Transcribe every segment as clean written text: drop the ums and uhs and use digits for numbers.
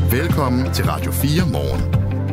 Velkommen til Radio 4 morgen.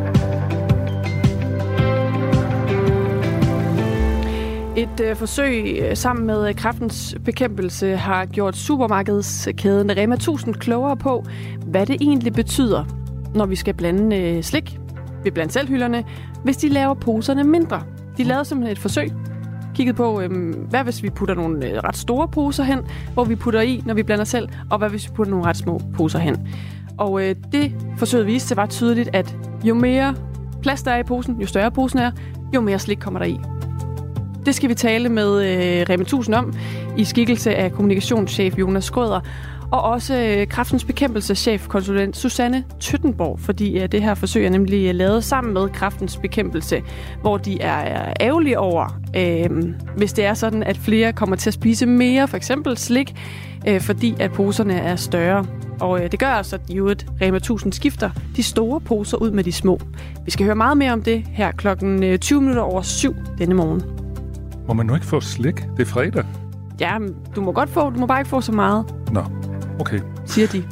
Et forsøg sammen med Kræftens Bekæmpelse har gjort supermarkedskæden Rema 1000 klogere på, hvad det egentlig betyder, når vi skal blande slik ved blandt selvhylderne, hvis de laver poserne mindre. De lavede simpelthen et forsøg, kigget på, hvad hvis vi putter nogle ret store poser hen, hvor vi putter i, når vi blander selv, og hvad hvis vi putter nogle ret små poser hen. Og det forsøget viste sig var tydeligt, at jo mere plads der er i posen, jo større posen er, jo mere slik kommer der i. Det skal vi tale med Rema 1000 om i skikkelse af kommunikationschef Jonas Schrøder, og også Kræftens Bekæmpelseschefkonsulent Susanne Tøttenborg, fordi det her forsøg er nemlig lavet sammen med Kræftens Bekæmpelse, hvor de er ærgerlige over, hvis det er sådan, at flere kommer til at spise mere, for eksempel slik, fordi at poserne er større. Og det gør altså, at Rema 1000 skifter de store poser ud med de små. Vi skal høre meget mere om det her klokken 7:20 denne morgen. Må man nu ikke få slik? Det er fredag. Ja, du må godt få, du må bare ikke få så meget. Nå, okay. Siger de.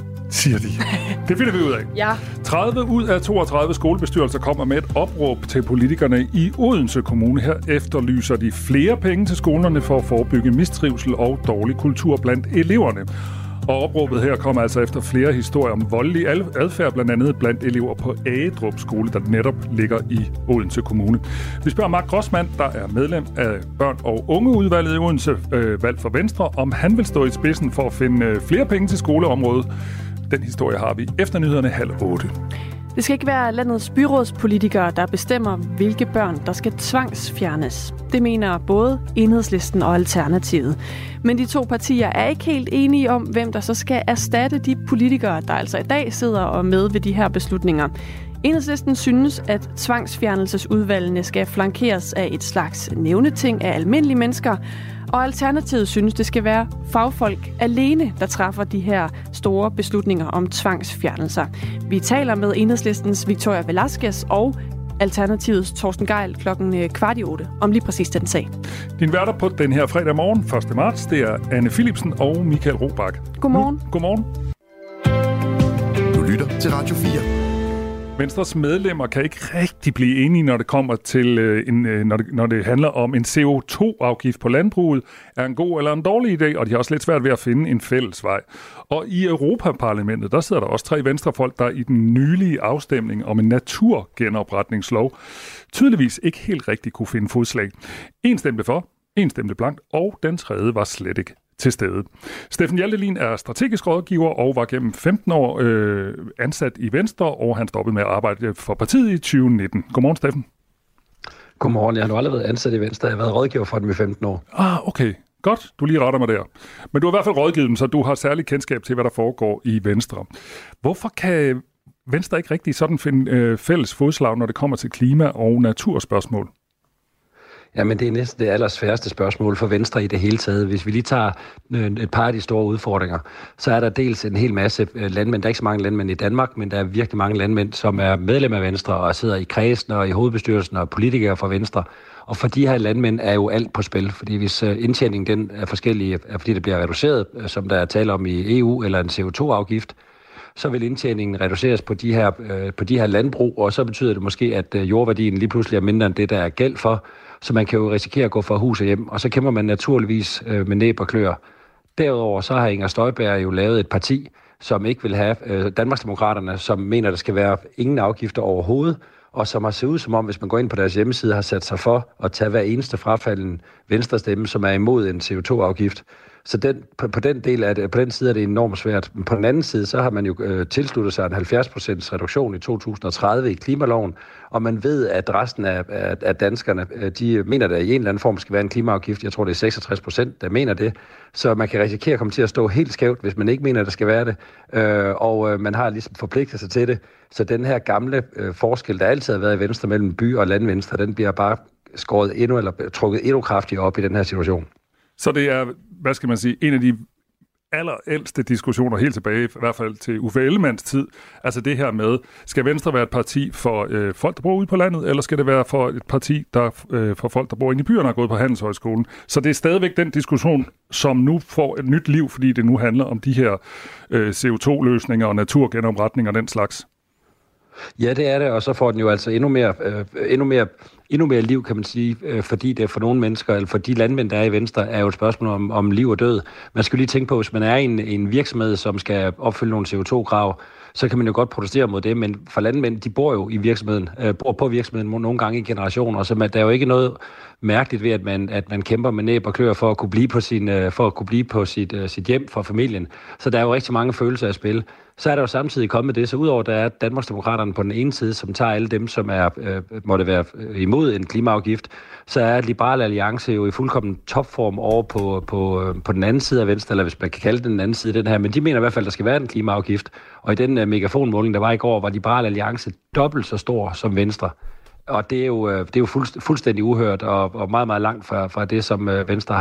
Det finder vi ud af. Ja. 30 ud af 32 skolebestyrelser kommer med et opråb til politikerne i Odense Kommune. Her efterlyser de flere penge til skolerne for at forebygge mistrivsel og dårlig kultur blandt eleverne. Og opråbet her kommer altså efter flere historier om voldelig adfærd, blandt andet blandt elever på Agedrup skole, der netop ligger i Odense Kommune. Vi spørger Mark Grossmann, der er medlem af børn- og ungeudvalget i Odense, valgt for Venstre, om han vil stå i spidsen for at finde flere penge til skoleområdet. Den historie har vi efter nyhederne 7:30. Det skal ikke være landets byrådspolitikere, der bestemmer, hvilke børn, der skal tvangsfjernes. Det mener både Enhedslisten og Alternativet. Men de to partier er ikke helt enige om, hvem der så skal erstatte de politikere, der altså i dag sidder og med ved de her beslutninger. Enhedslisten synes, at tvangsfjernelsesudvalgene skal flankeres af et slags nævneting af almindelige mennesker, og Alternativet synes, det skal være fagfolk alene, der træffer de her store beslutninger om tvangsfjernelser. Vi taler med Enhedslistens Victoria Velasquez og Alternativets Torsten Gejl klokken 7:15 om lige præcis den sag. Din værter på den her fredag morgen, 1. marts, det er Anne Philipsen og Michael Robach. Godmorgen. Godmorgen. Du lytter til Radio 4. Venstres medlemmer kan ikke rigtig blive enige, når det kommer til når det handler om en CO2-afgift på landbruget, er en god eller en dårlig idé, og de har også lidt svært ved at finde en fælles vej. Og i Europaparlamentet, der sidder der også 3 venstrefolk, der i den nylige afstemning om en naturgenopretningslov tydeligvis ikke helt rigtig kunne finde fodslag. En stemte for, en stemte blankt, og den tredje var slet ikke til stede. Steffen Hjaltelin er strategisk rådgiver og var gennem 15 år ansat i Venstre, og han stoppede med at arbejde for partiet i 2019. Godmorgen, Steffen. Godmorgen. Jeg har nu aldrig været ansat i Venstre. Jeg har været rådgiver for dem i 15 år. Okay. Godt. Du lige retter mig der. Men du har i hvert fald rådgivet dem, så du har særlig kendskab til, hvad der foregår i Venstre. Hvorfor kan Venstre ikke rigtig sådan finde fælles fodslag, når det kommer til klima- og naturspørgsmål? Jamen, det er næsten det allersværeste spørgsmål for Venstre i det hele taget. Hvis vi lige tager et par af de store udfordringer, så er der dels en hel masse landmænd. Der er ikke så mange landmænd i Danmark, men der er virkelig mange landmænd, som er medlem af Venstre og sidder i kredsen og i hovedbestyrelsen og politikere for Venstre. Og for de her landmænd er jo alt på spil, fordi hvis indtjeningen den er forskellig, fordi det bliver reduceret, som der er tale om i EU, eller en CO2-afgift, så vil indtjeningen reduceres på de her landbrug, og så betyder det måske, at jordværdien lige pludselig er mindre end det, der er gæld for. Så man kan jo risikere at gå fra hus og hjem, og så kæmper man naturligvis med næb og klør. Derudover så har Inger Støjberg jo lavet et parti, som ikke vil have Danmarksdemokraterne, som mener, der skal være ingen afgifter overhovedet, og som har set ud som om, hvis man går ind på deres hjemmeside, har sat sig for at tage hver eneste frafaldende venstrestemme, som er imod en CO2-afgift. Så på den side er det enormt svært. Men på den anden side, så har man jo tilsluttet sig en 70% reduktion i 2030 i klimaloven, og man ved, at resten af danskerne, de mener, at der i en eller anden form skal være en klimaafgift. Jeg tror, det er 66%, der mener det. Så man kan risikere at komme til at stå helt skævt, hvis man ikke mener, at der skal være det. Og man har ligesom forpligtet sig til det. Så den her gamle forskel, der altid har været i Venstre mellem by og landvenstre, den bliver bare trukket endnu kraftigere op i den her situation. Så det er, hvad skal man sige, en af de allerældste diskussioner helt tilbage, i hvert fald til Uffe Ellemanns tid. Altså det her med, skal Venstre være et parti for folk, der bor ude på landet, eller skal det være for et parti, der for folk, der bor inde i byerne og er gået på Handelshøjskolen? Så det er stadigvæk den diskussion, som nu får et nyt liv, fordi det nu handler om de her CO2-løsninger og naturgenopretning og den slags. Ja, det er det, og så får den jo altså endnu mere liv, kan man sige, fordi det for nogle mennesker, eller for de landmænd, der er i Venstre, er jo et spørgsmål om liv og død. Man skal lige tænke på, hvis man er i en virksomhed, som skal opfylde nogle CO2-krav, så kan man jo godt protestere mod det, men for landmænd, de bor jo i virksomheden, bor på virksomheden nogle gange i generationer, så der er jo ikke noget mærkeligt ved, at man kæmper med næb og klør for at kunne blive på sit hjem for familien. Så der er jo rigtig mange følelser at spille. Så er der jo samtidig kommet det, så udover der er Danmarksdemokraterne på den ene side, som tager alle dem, som er måtte være imod en klimaafgift, så er Liberal Alliance jo i fuldkommen topform over på den anden side af Venstre, eller hvis man kan kalde den anden side den her, men de mener i hvert fald, at der skal være en klimaafgift. Og i den megafonmåling, der var i går, var Liberal Alliance dobbelt så stor som Venstre. Og det er jo fuldstændig uhørt og meget, meget langt fra det, som Venstre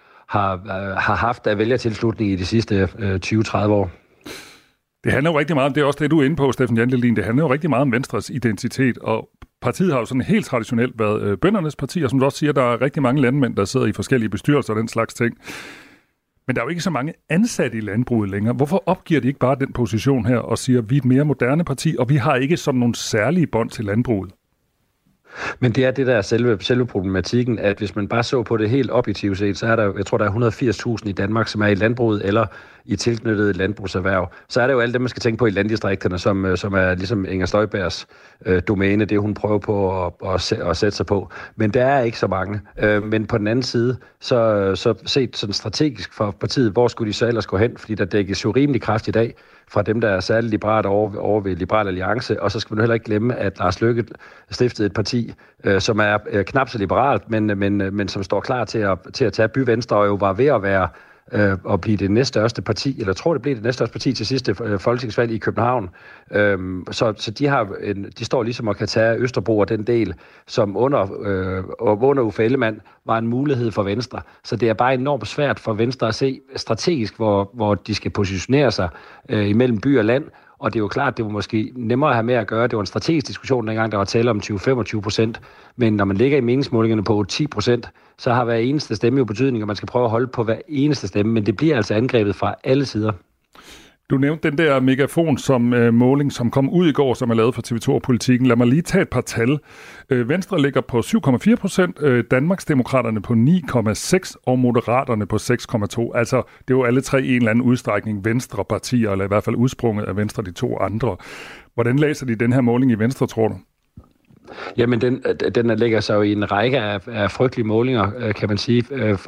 har haft af vælgertilslutning i de sidste 20-30 år. Det handler jo rigtig meget om, det er også det, du er inde på, Steffen Jantelin, det handler jo rigtig meget om Venstres identitet, og partiet har jo sådan helt traditionelt været bøndernes parti, og som du også siger, der er rigtig mange landmænd, der sidder i forskellige bestyrelser og den slags ting. Men der er jo ikke så mange ansatte i landbruget længere. Hvorfor opgiver de ikke bare den position her og siger, at vi er et mere moderne parti, og vi har ikke sådan nogle særlige bånd til landbruget? Men det er det, der er selve problematikken, at hvis man bare så på det helt objektivt set, så er der, jeg tror, der er 180.000 i Danmark, som er i landbruget eller i tilknyttet landbrugserhverv. Så er der jo alle dem, man skal tænke på i landdistrikterne, som er ligesom Inger Støjbergs domæne, det hun prøver på at sætte sig på. Men der er ikke så mange. Men på den anden side, så set sådan strategisk for partiet, hvor skulle de så ellers gå hen? Fordi der dækkes jo rimelig kraft i dag fra dem, der er særligt liberalt over ved Liberal Alliance, og så skal man heller ikke glemme, at Lars Løkke stiftede et parti, som er knap så liberalt, men som står klar til at tage By-Venstre, og jo var ved at være at blive det næststørste parti, eller tror det blev det næststørste parti til sidste folketingsvalg i København. Så de står ligesom og kan tage Østerbro og den del, som under Uffe Ellemann var en mulighed for Venstre. Så det er bare enormt svært for Venstre at se strategisk, hvor de skal positionere sig imellem by og land. Og det er jo klart, det var måske nemmere at have med at gøre. Det var en strategisk diskussion dengang, der var tale om 20-25%. Men når man ligger i meningsmålingerne på 10%, så har hver eneste stemme jo betydning, og man skal prøve at holde på hver eneste stemme. Men det bliver altså angrebet fra alle sider. Du nævnte den der megafon som måling, som kom ud i går, som er lavet for TV2 og Politikken. Lad mig lige tage et par tal. Venstre ligger på 7,4%, Danmarksdemokraterne på 9,6% og Moderaterne på 6,2%. Altså, det er jo alle tre i en eller anden udstrækning Venstre-partier, eller i hvert fald udsprunget af Venstre, de to andre. Hvordan læser de den her måling i Venstre, tror du? Jamen, den lægger sig jo i en række af frygtelige målinger, kan man sige,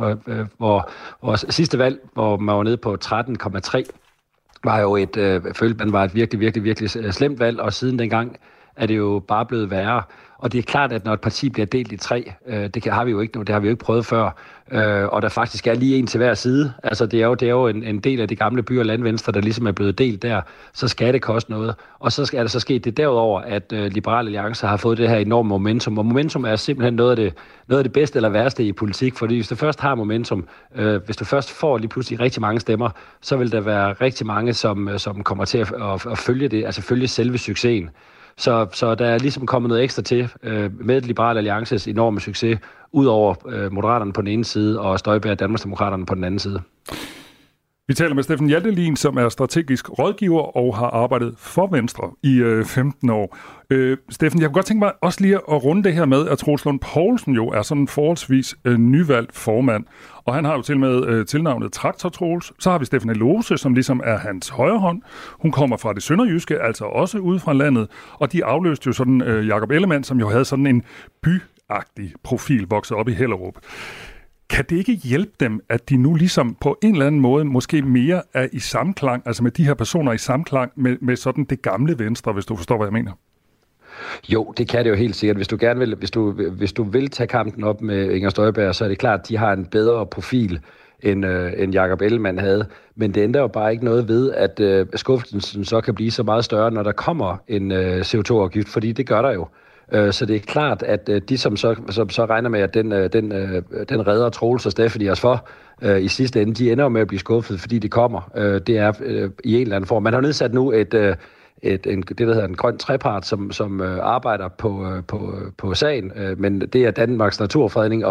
hvor sidste valg, hvor man var nede på 13,3%, var jo følte man var et virkelig, virkelig, virkelig slemt valg, og siden dengang er det jo bare blevet værre. Og det er klart, at når et parti bliver delt i tre, det har vi jo ikke nu, det har vi jo ikke prøvet før, og der faktisk er lige en til hver side, altså det er jo en del af de gamle by- og landvenstre, der ligesom er blevet delt der, så skal det koste noget. Og så er der så sket det derudover, at Liberal Alliance har fået det her enorme momentum, og momentum er simpelthen noget af det bedste eller værste i politik, fordi hvis du først har momentum, hvis du først får lige pludselig rigtig mange stemmer, så vil der være rigtig mange, som kommer til at følge det, altså følge selve succesen. Så der er ligesom kommet noget ekstra til med Liberal Alliances enorme succes, ud over Moderaterne på den ene side og Støjberg og Danmarksdemokraterne på den anden side. Vi taler med Steffen Jantelin, som er strategisk rådgiver og har arbejdet for Venstre i 15 år. Steffen, jeg kunne godt tænke mig også lige at runde det her med, at Troels Lund Poulsen jo er sådan forholdsvis nyvalgt formand, og han har jo til med tilnavnet Traktor Troels. Så har vi Stephanie Lose, som ligesom er hans højre hånd. Hun kommer fra det sønderjyske, altså også ude fra landet, og de afløste jo sådan Jakob Ellemann, som jo havde sådan en byagtig profil, vokset op i Hellerup. Kan det ikke hjælpe dem, at de nu ligesom på en eller anden måde måske mere er i samklang, altså med de her personer i samklang med sådan det gamle Venstre, hvis du forstår, hvad jeg mener? Jo, det kan det jo helt sikkert. Hvis du vil tage kampen op med Inger Støjberg, så er det klart, at de har en bedre profil, end Jakob Ellemann havde. Men det ændrer jo bare ikke noget ved, at skuffelsen så kan blive så meget større, når der kommer en CO2-afgift, fordi det gør der jo. Så det er klart, at de, som så regner med, at den redder Troels og Stephanie os for i sidste ende, de ender jo med at blive skuffet, fordi det kommer. Det er i en eller anden form. Man har nedsat nu det, der hedder en grøn trepart, som arbejder på sagen, men det er Danmarks Naturfredning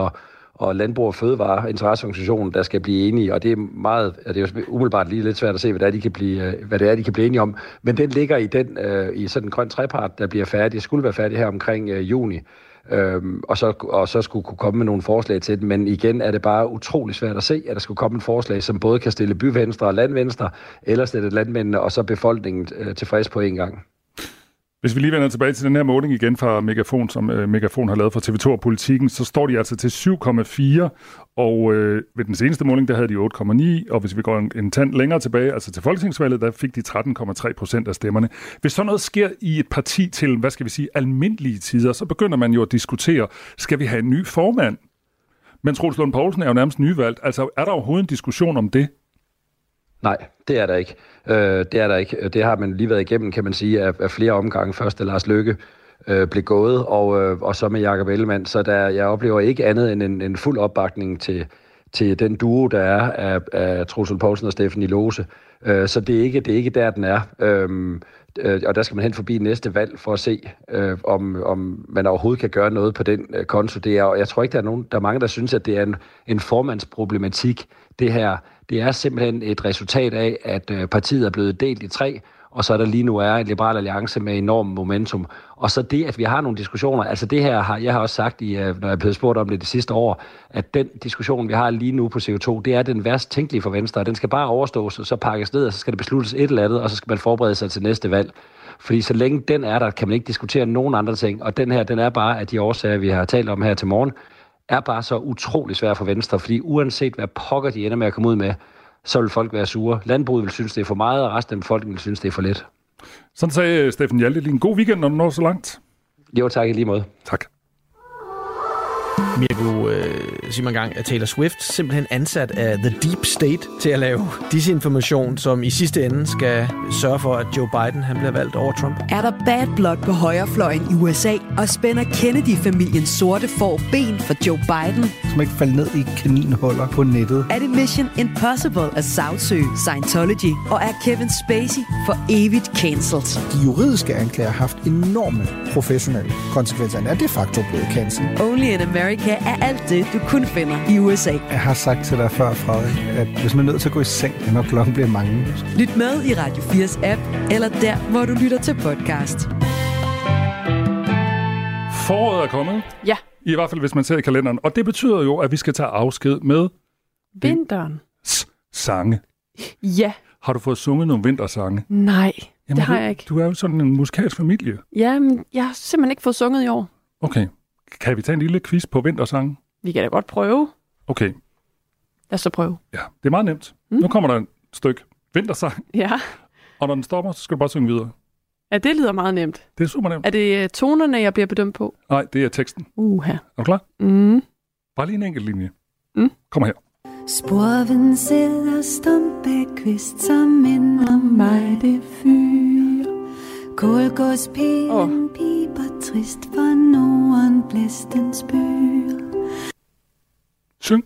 og Landbrug og Fødevare, interesseorganisationen, der skal blive enige, og det er jo umiddelbart lige lidt svært at se, hvad det er, de kan blive enige om. Men den ligger i sådan en grøn trepart, der bliver færdig, skulle være færdig her omkring juni. Og så skulle kunne komme med nogle forslag til det, men igen er det bare utrolig svært at se, at der skulle komme et forslag, som både kan stille byvenstre og landvenstre, eller stille landmændene og så befolkningen tilfreds på en gang. Hvis vi lige vender tilbage til den her måling igen fra Megafon, som Megafon har lavet for TV2 og Politikken, så står de altså til 7,4, og ved den seneste måling, der havde de 8,9, og hvis vi går en tand længere tilbage, altså til folketingsvalget, der fik de 13,3% af stemmerne. Hvis sådan noget sker i et parti til, hvad skal vi sige, almindelige tider, så begynder man jo at diskutere, skal vi have en ny formand? Men Troels Lund Poulsen er jo nærmest nyvalgt. Altså, er der overhovedet en diskussion om det? Nej, det er der ikke. Det er der ikke. Det har man lige været igennem, kan man sige, af flere omgange. Først da Lars Løkke blev gået, og så med Jakob Ellemann. Så jeg oplever ikke andet end en fuld opbakning til den duo, der er af Troels Lund Poulsen og Stephanie Lose. Så det er ikke der, den er. Og der skal man hen forbi næste valg for at se, om man overhovedet kan gøre noget på den konto. Og jeg tror ikke, der er mange, der synes, at det er en formandsproblematik. Det her, det er simpelthen et resultat af, at partiet er blevet delt i 3, og så der lige nu er en Liberal Alliance med enorm momentum. Og så det, at vi har nogle diskussioner, altså det her, jeg har også sagt, når jeg er blevet spurgt om det sidste år, at den diskussion, vi har lige nu på CO2, det er den værst tænkelige for Venstre. Den skal bare overstås, og så pakkes ned, og så skal det besluttes et eller andet, og så skal man forberede sig til næste valg. Fordi så længe den er der, kan man ikke diskutere nogen andre ting. Og den her, den er bare, at de årsager, vi har talt om her til morgen, er bare så utrolig svært for Venstre, fordi uanset hvad pokker de ender med at komme ud med, så vil folk være sure. Landbruget vil synes, det er for meget, og resten af befolkningen vil synes, det er for lidt. Sådan sagde Steffen Hjalte. En god weekend, når du når så langt. Jo, tak i lige måde. Tak. Mirko Simon Gang er Taylor Swift simpelthen ansat af The Deep State til at lave disinformation, som i sidste ende skal sørge for, at Joe Biden han bliver valgt over Trump. Er der bad blood på højrefløjen i USA, og spænder Kennedy-familiens sorte får ben for Joe Biden? Som ikke falder ned i kaninhuller på nettet. Er det Mission Impossible at sagsøge Scientology? Og er Kevin Spacey for evigt cancelled? De juridiske anklager har haft enorme professionelle konsekvenser. Er de facto blevet cancelled? Only in America er alt det, du kun finder i USA. Jeg har sagt til dig før, Frederik, at hvis man er nødt til at gå i seng, når klokken bliver mange. Lyt med i Radio 4's app, eller der, hvor du lytter til podcast. Foråret er kommet. Ja. I hvert fald, hvis man ser i kalenderen. Og det betyder jo, at vi skal tage afsked med... Vinteren. Sange. Ja. Har du fået sunget nogle vintersange? Nej, det har jeg ikke. Du er jo sådan en musikalsk familie. Ja, men jeg har simpelthen ikke fået sunget i år. Okay. Kan vi tage en lille quiz på vintersange? Vi kan da godt prøve. Okay. Lad os så prøve. Ja, det er meget nemt. Nu kommer der et stykke vintersang. Ja. Og når den stopper, så skal du bare synge videre. Ja, det lyder meget nemt. Det er super nemt. Er det tonerne, jeg bliver bedømt på? Nej, det er teksten. Her. Er du klar? Mm. Bare lige en enkelt linje. Kom her. Sporven sidder stumpekvist, som minder mig det fyr. Kålgårdspigen piber trist, for Norden blæstens byer. Syng.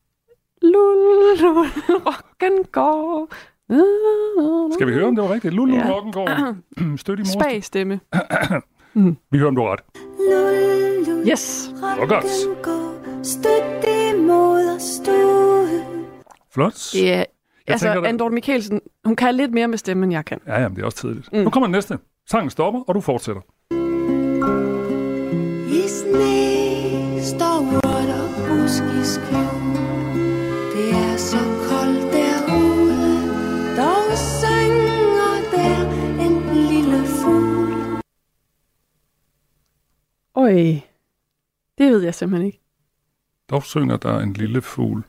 Lul, rocken går. Skal vi høre, om det var rigtigt? Lul, rocken går. Støt i mor. Spag stemme. Vi hører, om du har ret. Yes. Og godt. Støt i moderstue. Flot. Ja, altså Anne Dorthe Michelsen, hun kan lidt mere med stemmen, end jeg kan. Ja, men det er også tidligt. Nu kommer den næste. Sangen stopper, og du fortsætter. I sne står urter busk i skjul. Det er så koldt derude. Dog synger der en lille fugl. Øj, det ved jeg simpelthen ikke. Dog synger der en lille fugl.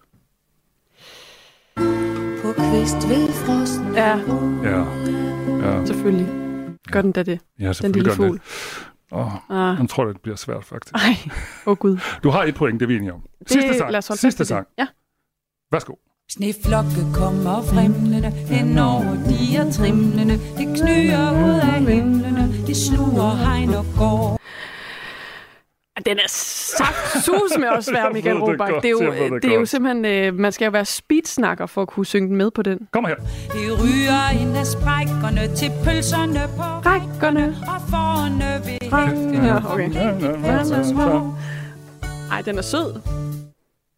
På kvist ved frosten. Ja. Selvfølgelig. Gør den da det? Ja, den lille fugl. Jeg tror, det bliver svært, faktisk. Ej, Gud. Du har et point, det er vi enige om. Sidste sang. Ja. Værsgo. Sneflokke kommer fremlende, hen over de er trimlende. Det knyger ud af himlene, det sluger hegn og går. Den er saftsus med at svære, Michael Robach. Det er jo simpelthen, man skal jo være speedsnakker for at kunne synge den med på den. Kom her. Det ryger ind af sprækkerne til pølserne på rækkerne og forne ved hækkene. Ja, okay. Ej, den er sød.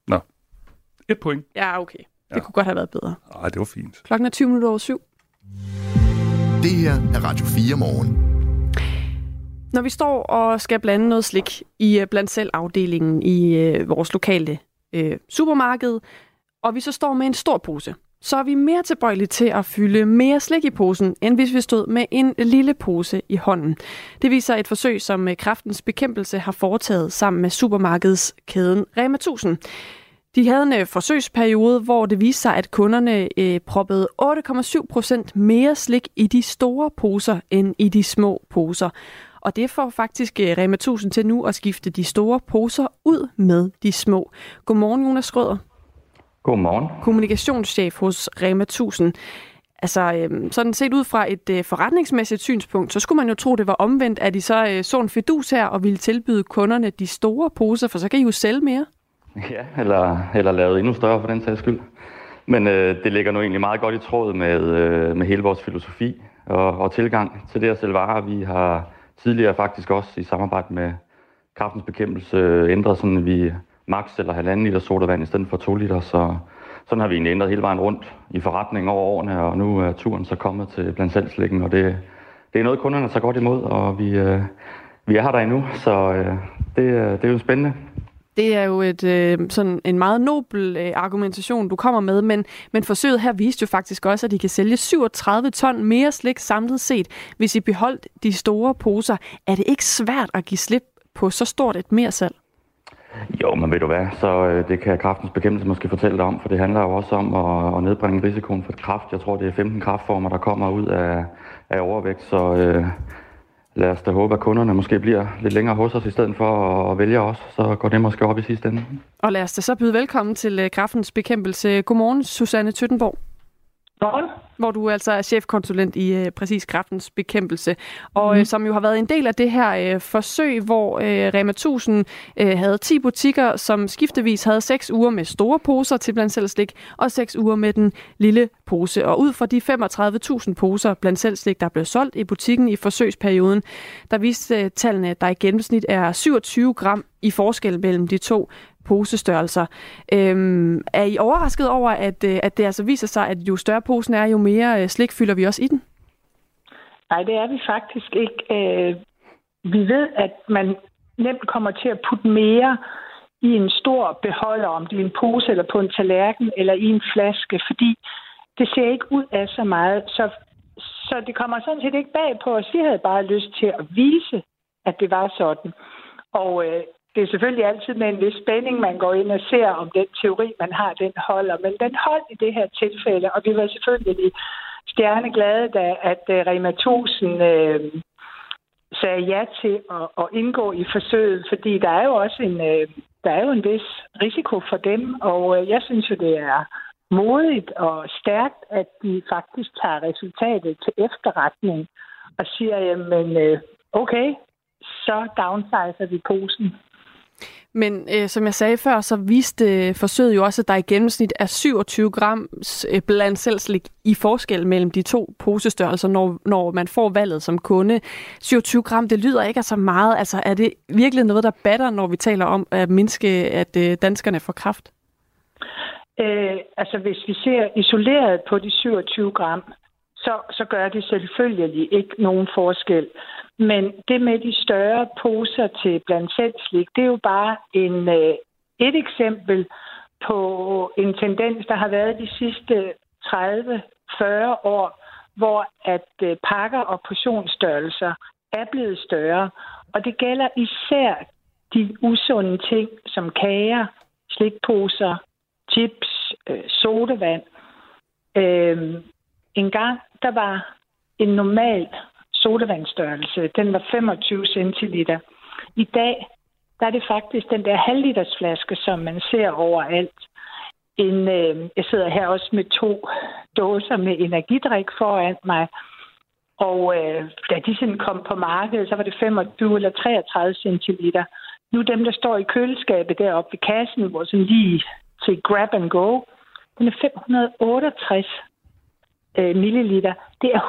1 point. Ja, okay. Det kunne godt have været bedre. Ej, det var fint. Klokken er 7:20. Det her er Radio 4 morgen. Når vi står og skal blande noget slik i blandt selv afdelingen i vores lokale supermarked, og vi så står med en stor pose, så er vi mere tilbøjelige til at fylde mere slik i posen, end hvis vi stod med en lille pose i hånden. Det viser et forsøg, som Kræftens Bekæmpelse har foretaget sammen med supermarkedskæden Rema 1000. De havde en forsøgsperiode, hvor det viste sig, at kunderne proppede 8,7% mere slik i de store poser end i de små poser. Og det får faktisk Rema 1000 til nu at skifte de store poser ud med de små. Godmorgen, Jonas Schrøder. Godmorgen. Kommunikationschef hos Rema 1000. Altså, sådan set ud fra et forretningsmæssigt synspunkt, så skulle man jo tro, det var omvendt, at I så en fidus her og ville tilbyde kunderne de store poser, for så kan I jo sælge mere. Ja, eller lavet endnu større for den sags skyld. Men det ligger nu egentlig meget godt i tråd med hele vores filosofi og tilgang til det at sælge varer. Vi har tidligere faktisk også i samarbejde med Kræftens Bekæmpelse ændret sådan, at vi maks eller 1,5 liter sodavand i stedet for 2 liter. Så sådan har vi egentlig ændret hele vejen rundt i forretningen over årene, og nu er turen så kommet til blandt selv slikken, og det er noget, kunderne tager godt imod, og vi er her der endnu, så det er jo spændende. Det er jo sådan en meget nobel argumentation, du kommer med, men forsøget her viste jo faktisk også, at I kan sælge 37 ton mere slik samlet set, hvis I beholdt de store poser. Er det ikke svært at give slip på så stort et mersalg? Jo, men ved du hvad, så det kan Kræftens Bekæmpelse måske fortælle dig om, for det handler jo også om at nedbringe risikoen for kræft. Jeg tror, det er 15 kræftformer, der kommer ud af overvægt, så lad os da håbe, at kunderne måske bliver lidt længere hos os, i stedet for at vælge os. Så går det måske op i sidste ende. Og lad os da så byde velkommen til Kræftens Bekæmpelse. Godmorgen, Susanne Tøttenborg. Godmorgen. Hvor du altså er chefkonsulent i præcis Kræftens Bekæmpelse, og som jo har været en del af det her forsøg, hvor Rema 1000 havde 10 butikker, som skiftevis havde 6 uger med store poser til blandt selv slik, og 6 uger med den lille pose. Og ud fra de 35.000 poser blandt selv slik, der blev solgt i butikken i forsøgsperioden, der viste tallene, at der i gennemsnit er 27 gram i forskel mellem de to posestørrelser. Er I overrasket over, at det altså viser sig, at jo større posen er, jo mere slik fylder vi også i den? Nej, det er vi faktisk ikke. Vi ved, at man nemt kommer til at putte mere i en stor beholder, om det er en pose eller på en tallerken eller i en flaske, fordi det ser ikke ud af så meget. Så det kommer sådan set ikke bag på os. Vi havde bare lyst til at vise, at det var sådan. Og det er selvfølgelig altid med en vis spænding, man går ind og ser, om den teori, man har, den holder. Men den holdt i det her tilfælde, og vi var selvfølgelig stjerneglade, da at Rema 1000 sagde ja til at indgå i forsøget, fordi der er jo også en vis risiko for dem, og jeg synes jo, det er modigt og stærkt, at de faktisk tager resultatet til efterretning og siger, jamen okay, så downsizer vi posen. Men som jeg sagde før, så viste forsøget jo også, at der i gennemsnit er 27 grams blandt selv slik i forskel mellem de to posestørrelser, når man får valget som kunde. 27 gram, det lyder ikke af så meget. Altså, er det virkelig noget, der batter, når vi taler om at mindske, at danskerne får kræft? Altså, hvis vi ser isoleret på de 27 gram, så gør det selvfølgelig ikke nogen forskel. Men det med de større poser til blandt selv slik, det er jo bare et eksempel på en tendens, der har været de sidste 30-40 år, hvor at pakker og portionsstørrelser er blevet større. Og det gælder især de usunde ting som kager, slikposer, chips, sodavand. En gang, der var en normal sodavandsstørrelse. Den var 25 centiliter. I dag, der er det faktisk den der halvliters flaske, som man ser overalt. Jeg sidder her også med 2 dåser med energidrik foran mig. Og da de sådan kom på markedet, så var det 25 eller 33 centiliter. Nu dem, der står i køleskabet deroppe ved kassen, hvor sådan lige til grab and go, den er 568 milliliter. Det er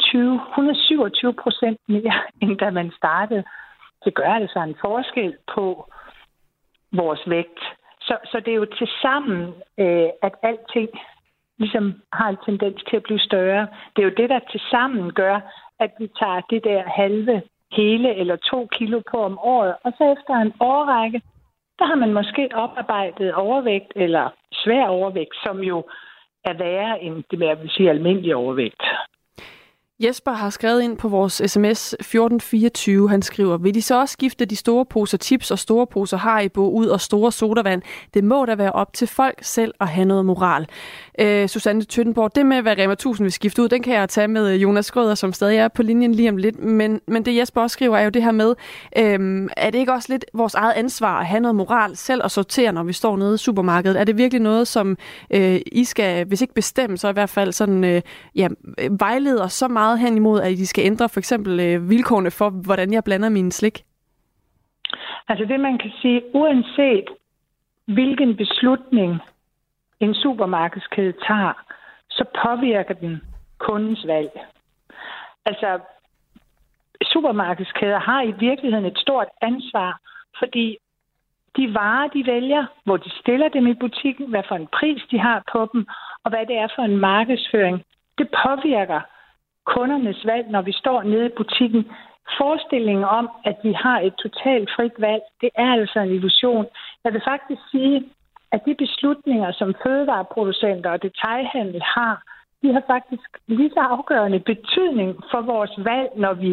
127% mere, end da man startede. Det gør altså en forskel på vores vægt. Så det er jo til sammen, at alting ligesom har en tendens til at blive større. Det er jo det, der til sammen gør, at vi tager det der halve, hele eller 2 kilo på om året, og så efter en årrække, der har man måske oparbejdet overvægt eller svær overvægt, som jo er værre end det, jeg vil sige, almindelig overvægt. Jesper har skrevet ind på vores sms 1424. Han skriver, vil de så også skifte de store poser chips og store poser Haribo ud og store sodavand? Det må da være op til folk selv at have noget moral. Susanne Tøttenborg, det med, hvad Rema 1000 vil skifte ud, den kan jeg tage med Jonas Schrøder, som stadig er på linjen lige om lidt. Men det Jesper også skriver, er jo det her med, er det ikke også lidt vores eget ansvar at have noget moral selv og sortere, når vi står nede i supermarkedet? Er det virkelig noget, som I skal, hvis ikke bestemme, så i hvert fald sådan, vejleder så meget hen imod, at de skal ændre for eksempel vilkårene for, hvordan jeg blander min slik? Altså det, man kan sige, uanset hvilken beslutning en supermarkedskæde tager, så påvirker den kundens valg. Altså, supermarkedskæder har i virkeligheden et stort ansvar, fordi de varer, de vælger, hvor de stiller dem i butikken, hvad for en pris de har på dem, og hvad det er for en markedsføring, det påvirker kundernes valg, når vi står nede i butikken. Forestillingen om, at vi har et totalt frit valg, det er altså en illusion. Jeg vil faktisk sige, at de beslutninger, som fødevareproducenter og detailhandel har, de har faktisk lige så afgørende betydning for vores valg,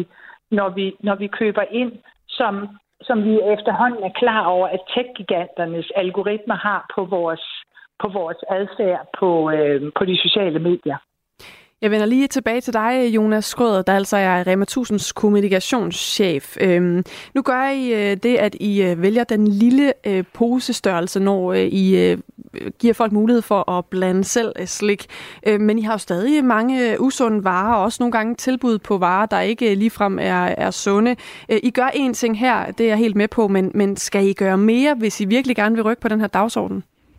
når vi køber ind, som vi efterhånden er klar over, at tech-giganternes algoritmer har på vores adfærd på de sociale medier. Jeg vender lige tilbage til dig, Jonas Schrøder, der altså er Rema 1000's kommunikationschef. Nu gør I det, at I vælger den lille posestørrelse, når I giver folk mulighed for at blande selv slik. Men I har jo stadig mange usunde varer, og også nogle gange tilbud på varer, der ikke ligefrem er sunde. I gør én ting her, det er jeg helt med på, men skal I gøre mere, hvis I virkelig gerne vil rykke på den her dagsorden?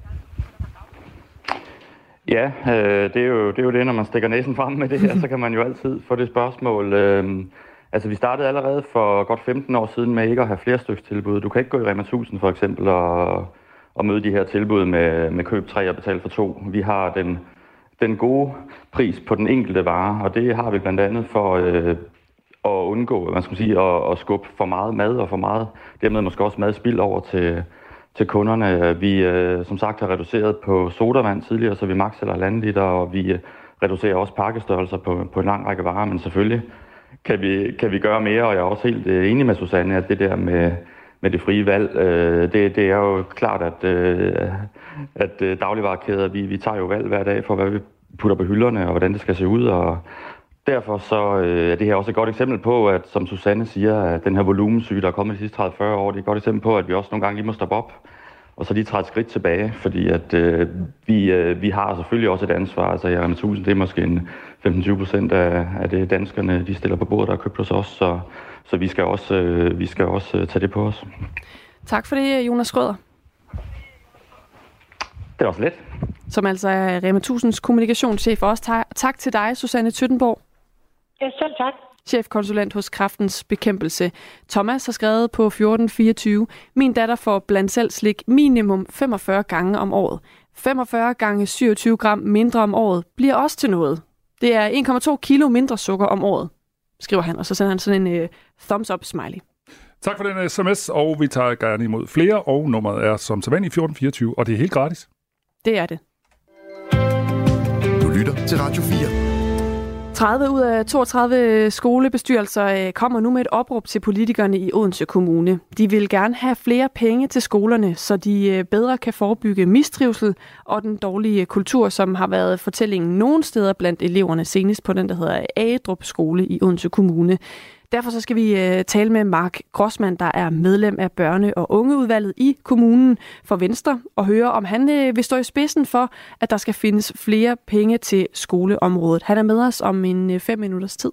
Ja, det er jo det, når man stikker næsen frem med det her, så kan man jo altid få det spørgsmål. Altså, vi startede allerede for godt 15 år siden med ikke at have flere styks tilbud. Du kan ikke gå i Rema 1000 for eksempel og møde de her tilbud med køb 3 og betale for 2. Vi har den gode pris på den enkelte vare, og det har vi blandt andet for at undgå, man skal sige, at skubbe for meget mad og for meget, dermed måske også madspild over til kunderne. Vi som sagt har reduceret på sodavand tidligere, så vi maks sælger 1,5 liter, og vi reducerer også pakkestørrelser på en lang række varer, men selvfølgelig kan vi gøre mere, og jeg er også helt enig med Susanne, at det der med det frie valg, det er jo klart, at dagligvarekæder, vi tager jo valg hver dag for, hvad vi putter på hylderne, og hvordan det skal se ud, og derfor så er det her også et godt eksempel på, at som Susanne siger, at den her volumensyge, der er kommet de sidste 30-40 år, det er et godt eksempel på, at vi også nogle gange lige må stoppe op, og så lige træde et skridt tilbage, fordi at vi har selvfølgelig også et ansvar. Altså i Rema 1000, det er måske en 15-20% af det danskerne, de stiller på bordet, der er købt hos os, så vi skal også tage det på os. Tak for det, Jonas Schrøder. Det er også let. Som altså er Rema 1000's kommunikationschef. Også tak til dig, Susanne Tøttenborg. Ja, selv tak. Chefkonsulent hos Kræftens Bekæmpelse. Thomas har skrevet på 1424. Min datter får blandt selv slik minimum 45 gange om året. 45 gange 27 gram mindre om året bliver også til noget. Det er 1,2 kilo mindre sukker om året, skriver han. Og så sender han sådan en thumbs up smiley. Tak for den sms, og vi tager gerne imod flere. Og nummeret er som sædvanligt 1424, og det er helt gratis. Det er det. Du lytter til Radio 4. 30 ud af 32 skolebestyrelser kommer nu med et opråb til politikerne i Odense Kommune. De vil gerne have flere penge til skolerne, så de bedre kan forebygge mistrivsel og den dårlige kultur, som har været fortællingen nogle steder blandt eleverne, senest på den, der hedder Agedrup Skole i Odense Kommune. Derfor så skal vi tale med Mark Grossmann, der er medlem af børne- og ungeudvalget i kommunen for Venstre, og høre, om han vil stå i spidsen for, at der skal findes flere penge til skoleområdet. Han er med os om en 5 minutters tid.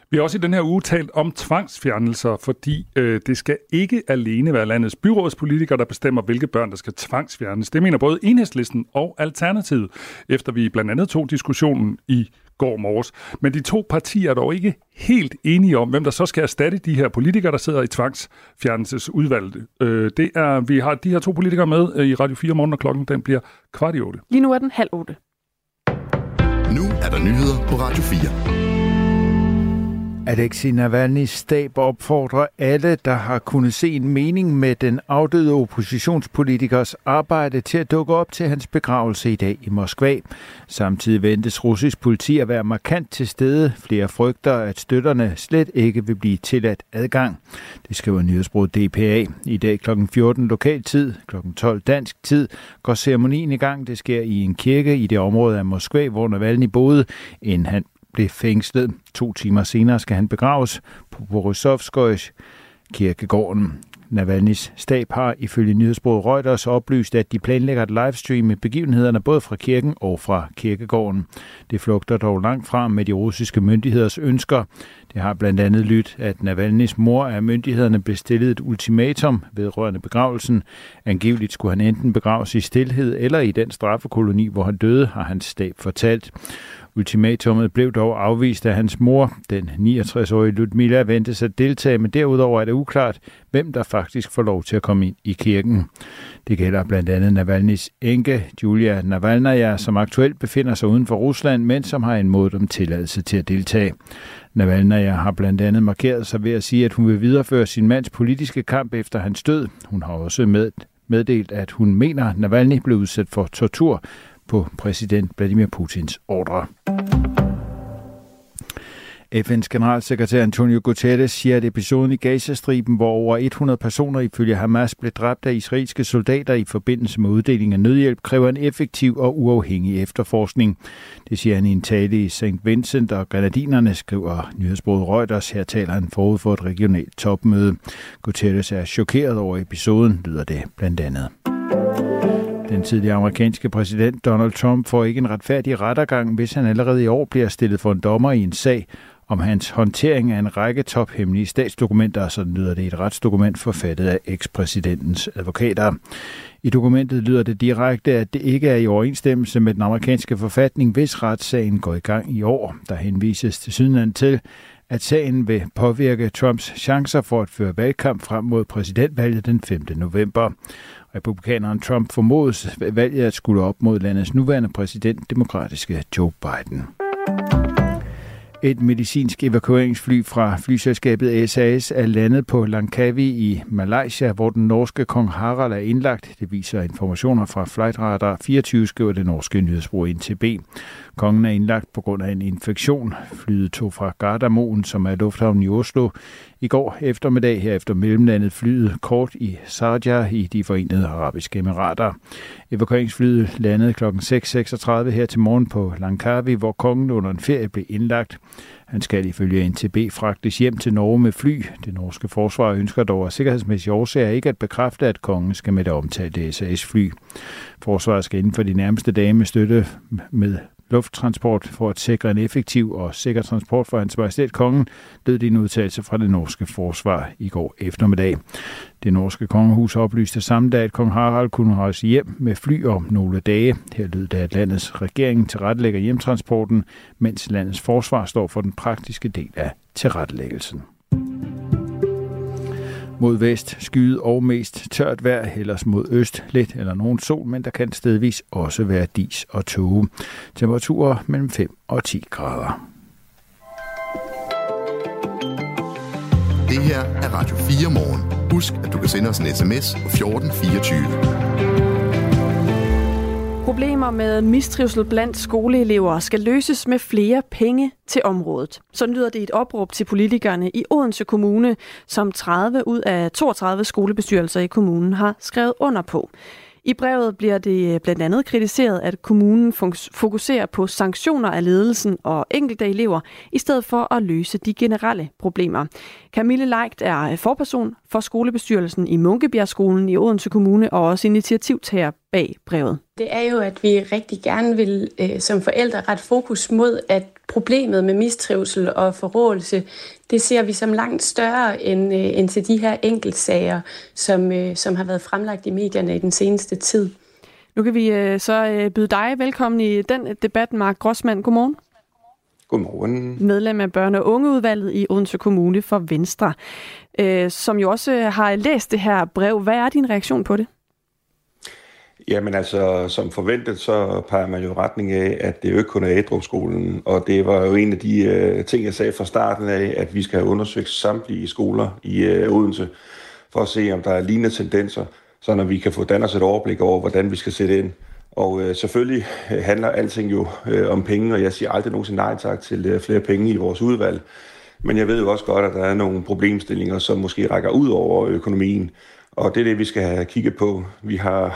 Vi har også i den her uge talt om tvangsfjernelser, fordi det skal ikke alene være landets byrådspolitikere, der bestemmer, hvilke børn, der skal tvangsfjernes. Det mener både Enhedslisten og Alternativet, efter vi blandt andet tog diskussionen i går morges. Men de to partier er dog ikke helt enige om, hvem der så skal erstatte de her politikere, der sidder i tvangsfjernelsesudvalget. Vi har de her to politikere med i Radio 4 morgen, og klokken den bliver 7:15. Lige nu er den 7:30. Nu er der nyheder på Radio 4. Alexei Navalny's stab opfordrer alle, der har kunnet se en mening med den afdøde oppositionspolitikers arbejde, til at dukke op til hans begravelse i dag i Moskva. Samtidig ventes russisk politi at være markant til stede. Flere frygter, at støtterne slet ikke vil blive tilladt adgang. Det skriver nyhedsbureauet DPA. I dag kl. 14 lokal tid, kl. 12 dansk tid, går ceremonien i gang. Det sker i en kirke i det område af Moskva, hvor Navalny boede, inden han blev fængslet. 2 timer senere skal han begraves på Borisovskoye kirkegården. Navalnys stab har ifølge nyhedsbureauet Reuters oplyst, at de planlægger at livestreame begivenhederne både fra kirken og fra kirkegården. Det flugter dog langt frem med de russiske myndigheders ønsker. Det har blandt andet lydt, at Navalnys mor af myndighederne bestillede et ultimatum vedrørende begravelsen. Angiveligt skulle han enten begraves i stilhed eller i den straffekoloni, hvor han døde, har hans stab fortalt. Ultimatummet blev dog afvist af hans mor. Den 69-årige Lyudmila ventes at deltage, men derudover er det uklart, hvem der faktisk får lov til at komme ind i kirken. Det gælder blandt andet Navalnys enke, Julia Navalnaya, som aktuelt befinder sig uden for Rusland, men som har anmodet om tilladelse til at deltage. Navalnaya har blandt andet markeret sig ved at sige, at hun vil videreføre sin mands politiske kamp efter hans død. Hun har også meddelt, at hun mener, at Navalny blev udsat for tortur på præsident Vladimir Putins ordre. FN's generalsekretær Antonio Guterres siger, at episoden i Gazastriben, hvor over 100 personer ifølge Hamas blev dræbt af israelske soldater i forbindelse med uddeling af nødhjælp, kræver en effektiv og uafhængig efterforskning. Det siger han i en tale i St. Vincent og Grenadinerne, skriver nyhedsbureauet Reuters. Her taler han forud for et regionalt topmøde. Guterres er chokeret over episoden, lyder det blandt andet. Den tidligere amerikanske præsident Donald Trump får ikke en retfærdig rettergang, hvis han allerede i år bliver stillet for en dommer i en sag om hans håndtering af en række tophemmelige statsdokumenter, sådan lyder det i et retsdokument forfattet af ekspræsidentens advokater. I dokumentet lyder det direkte, at det ikke er i overensstemmelse med den amerikanske forfatning, hvis retssagen går i gang i år. Der henvises til sydenland til, at sagen vil påvirke Trumps chancer for at føre valgkamp frem mod præsidentvalget den 5. november. Republikaneren Trump formodes valget at skulle op mod landets nuværende præsident, demokratiske Joe Biden. Et medicinsk evakueringsfly fra flyselskabet SAS er landet på Langkawi i Malaysia, hvor den norske kong Harald er indlagt. Det viser informationer fra Flightradar 24, skriver det norske nyhedsbureau NTB. Kongen er indlagt på grund af en infektion. Flyet tog fra Gardermoen, som er lufthavnen i Oslo, i går eftermiddag herefter mellemlandet flyet kort i Sharjah i de Forenede Arabiske Emirater. Evakueringsflyet landede kl. 6.36 her til morgen på Langkawi, hvor kongen under en ferie blev indlagt. Han skal ifølge NTB fragtes hjem til Norge med fly. Det norske forsvar ønsker dog af sikkerhedsmæssige årsager ikke at bekræfte, at kongen skal med det omtalte SAS-fly. Forsvaret skal inden for de nærmeste dage med støtte med lufttransport for at sikre en effektiv og sikker transport for hans majestæt kongen, lød det en udtalelse fra det norske forsvar i går eftermiddag. Det norske kongehus oplyste samme dag, at kong Harald kunne rejse hjem med fly om nogle dage. Her lød det, at landets regering tilrettelægger hjemtransporten, mens landets forsvar står for den praktiske del af tilrettelæggelsen. Mod vest skyet og mest tørt vejr, ellers mod øst lidt eller nogen sol, men der kan stedvis også være dis og tåge. Temperaturer mellem 5 og 10 grader. Det her er Radio 4 morgen. Husk, at du kan sende os en sms på 1424. Problemer med mistrivsel blandt skoleelever skal løses med flere penge til området. Sådan lyder det i et opråb til politikerne i Odense Kommune, som 30 ud af 32 skolebestyrelser i kommunen har skrevet under på. I brevet bliver det blandt andet kritiseret, at kommunen fokuserer på sanktioner af ledelsen og enkelte elever, i stedet for at løse de generelle problemer. Camille Leicht er forperson for skolebestyrelsen i Munkebjergskolen i Odense Kommune og også initiativtager bag brevet. Det er jo, at vi rigtig gerne vil som forældre rette fokus mod, at problemet med mistrivsel og forrådelse, det ser vi som langt større end til de her enkeltsager, som har været fremlagt i medierne i den seneste tid. Nu kan vi så byde dig velkommen i den debat, Mark Grossmann. Godmorgen. Godmorgen. Medlem af børne- og ungeudvalget i Odense Kommune for Venstre, som jo også har læst det her brev. Hvad er din reaktion på det? Jamen altså, som forventet, så peger man jo retning af, at det jo ikke kun er Agedrup-skolen, og det var jo en af de ting, jeg sagde fra starten af, at vi skal have undersøgt samtlige skoler i Odense, for at se, om der er lignende tendenser, så når vi kan få dannet os et overblik over, hvordan vi skal sætte ind. Og selvfølgelig handler alting jo om penge, og jeg siger aldrig nogensinde nej tak til flere penge i vores udvalg. Men jeg ved jo også godt, at der er nogle problemstillinger, som måske rækker ud over økonomien. Og det er det, vi skal have kigget på. Vi har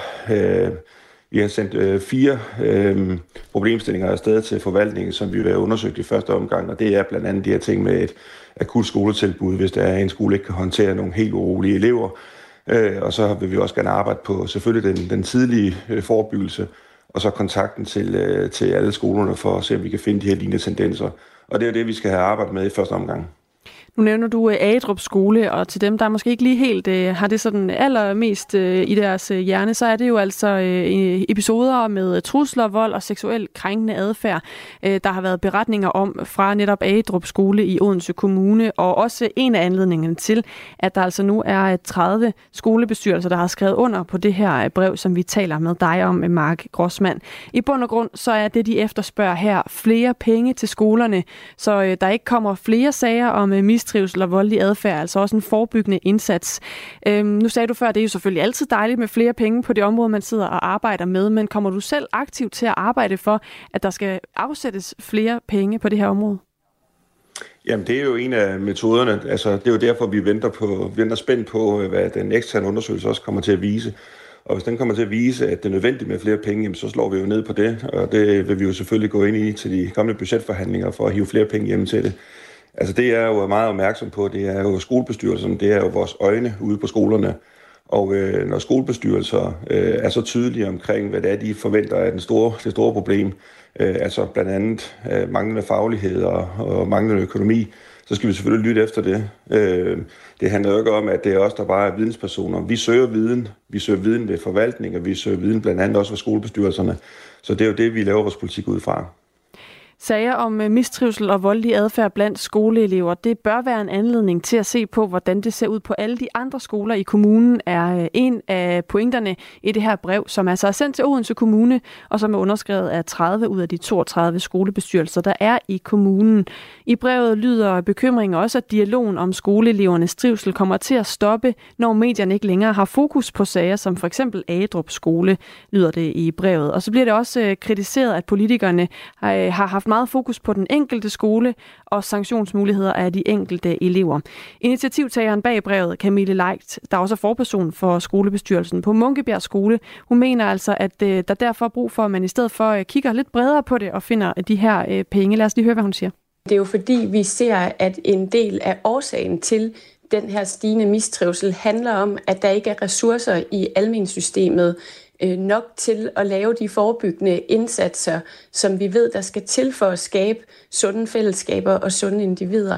sendt 4 problemstillinger afsted til forvaltningen, som vi vil have undersøgt i første omgang. Og det er blandt andet de her ting med et akut skoletilbud, hvis der er en skole, ikke kan håndtere nogle helt urolige elever. Og så vil vi også gerne arbejde på selvfølgelig den tidlige forebyggelse, og så kontakten til alle skolerne for at se, om vi kan finde de her lignende tendenser. Og det er jo det, vi skal have arbejdet med i første omgang. Nu nævner du Agedrup skole, og til dem, der måske ikke lige helt har det sådan allermest i deres hjerne, så er det jo altså episoder med trusler, vold og seksuelt krænkende adfærd, der har været beretninger om fra netop Agedrup skole i Odense Kommune, og også en af anledningerne til, at der altså nu er 30 skolebestyrelser, der har skrevet under på det her brev, som vi taler med dig om, Mark Grossmann. I bund og grund, så er det, de efterspørger her, flere penge til skolerne, så der ikke kommer flere sager om mistrivsel og voldelig adfærd, altså også en forebyggende indsats. Nu sagde du før, det er jo selvfølgelig altid dejligt med flere penge på det område, man sidder og arbejder med, men kommer du selv aktivt til at arbejde for, at der skal afsættes flere penge på det her område? Jamen, det er jo en af metoderne. Altså, det er jo derfor, vi venter spændt på, hvad den eksterne undersøgelse også kommer til at vise. Og hvis den kommer til at vise, at det er nødvendigt med flere penge, jamen, så slår vi jo ned på det, og det vil vi jo selvfølgelig gå ind i til de kommende budgetforhandlinger for at hive flere penge hjem til det. Altså det er jo meget opmærksom på, det er jo skolebestyrelsen, det er jo vores øjne ude på skolerne. Og når skolebestyrelser er så tydelige omkring, hvad det er, de forventer er det store problem, altså blandt andet manglende faglighed og manglende økonomi, så skal vi selvfølgelig lytte efter det. Det handler jo ikke om, at det er os, der bare er videnspersoner. Vi søger viden ved forvaltning, og vi søger viden blandt andet også ved skolebestyrelserne. Så det er jo det, vi laver vores politik ud fra. Sager om mistrivsel og voldelig adfærd blandt skoleelever, det bør være en anledning til at se på, hvordan det ser ud på alle de andre skoler i kommunen, er en af pointerne i det her brev, som altså er sendt til Odense Kommune, og som er underskrevet af 30 ud af de 32 skolebestyrelser, der er i kommunen. I brevet lyder bekymringen også, at dialogen om skoleelevernes trivsel kommer til at stoppe, når medierne ikke længere har fokus på sager som for eksempel Agedrup skole, lyder det i brevet. Og så bliver det også kritiseret, at politikerne har haft meget fokus på den enkelte skole og sanktionsmuligheder af de enkelte elever. Initiativtageren bag brevet, Camille Leicht, der også er forperson for skolebestyrelsen på Munkebjerg skole, hun mener altså, at der derfor er brug for, at man i stedet for kigger lidt bredere på det og finder de her penge. Lad os lige høre, hvad hun siger. Det er jo fordi, vi ser, at en del af årsagen til den her stigende mistrivsel handler om, at der ikke er ressourcer i almensystemet nok til at lave de forebyggende indsatser, som vi ved, der skal til for at skabe sunde fællesskaber og sunde individer.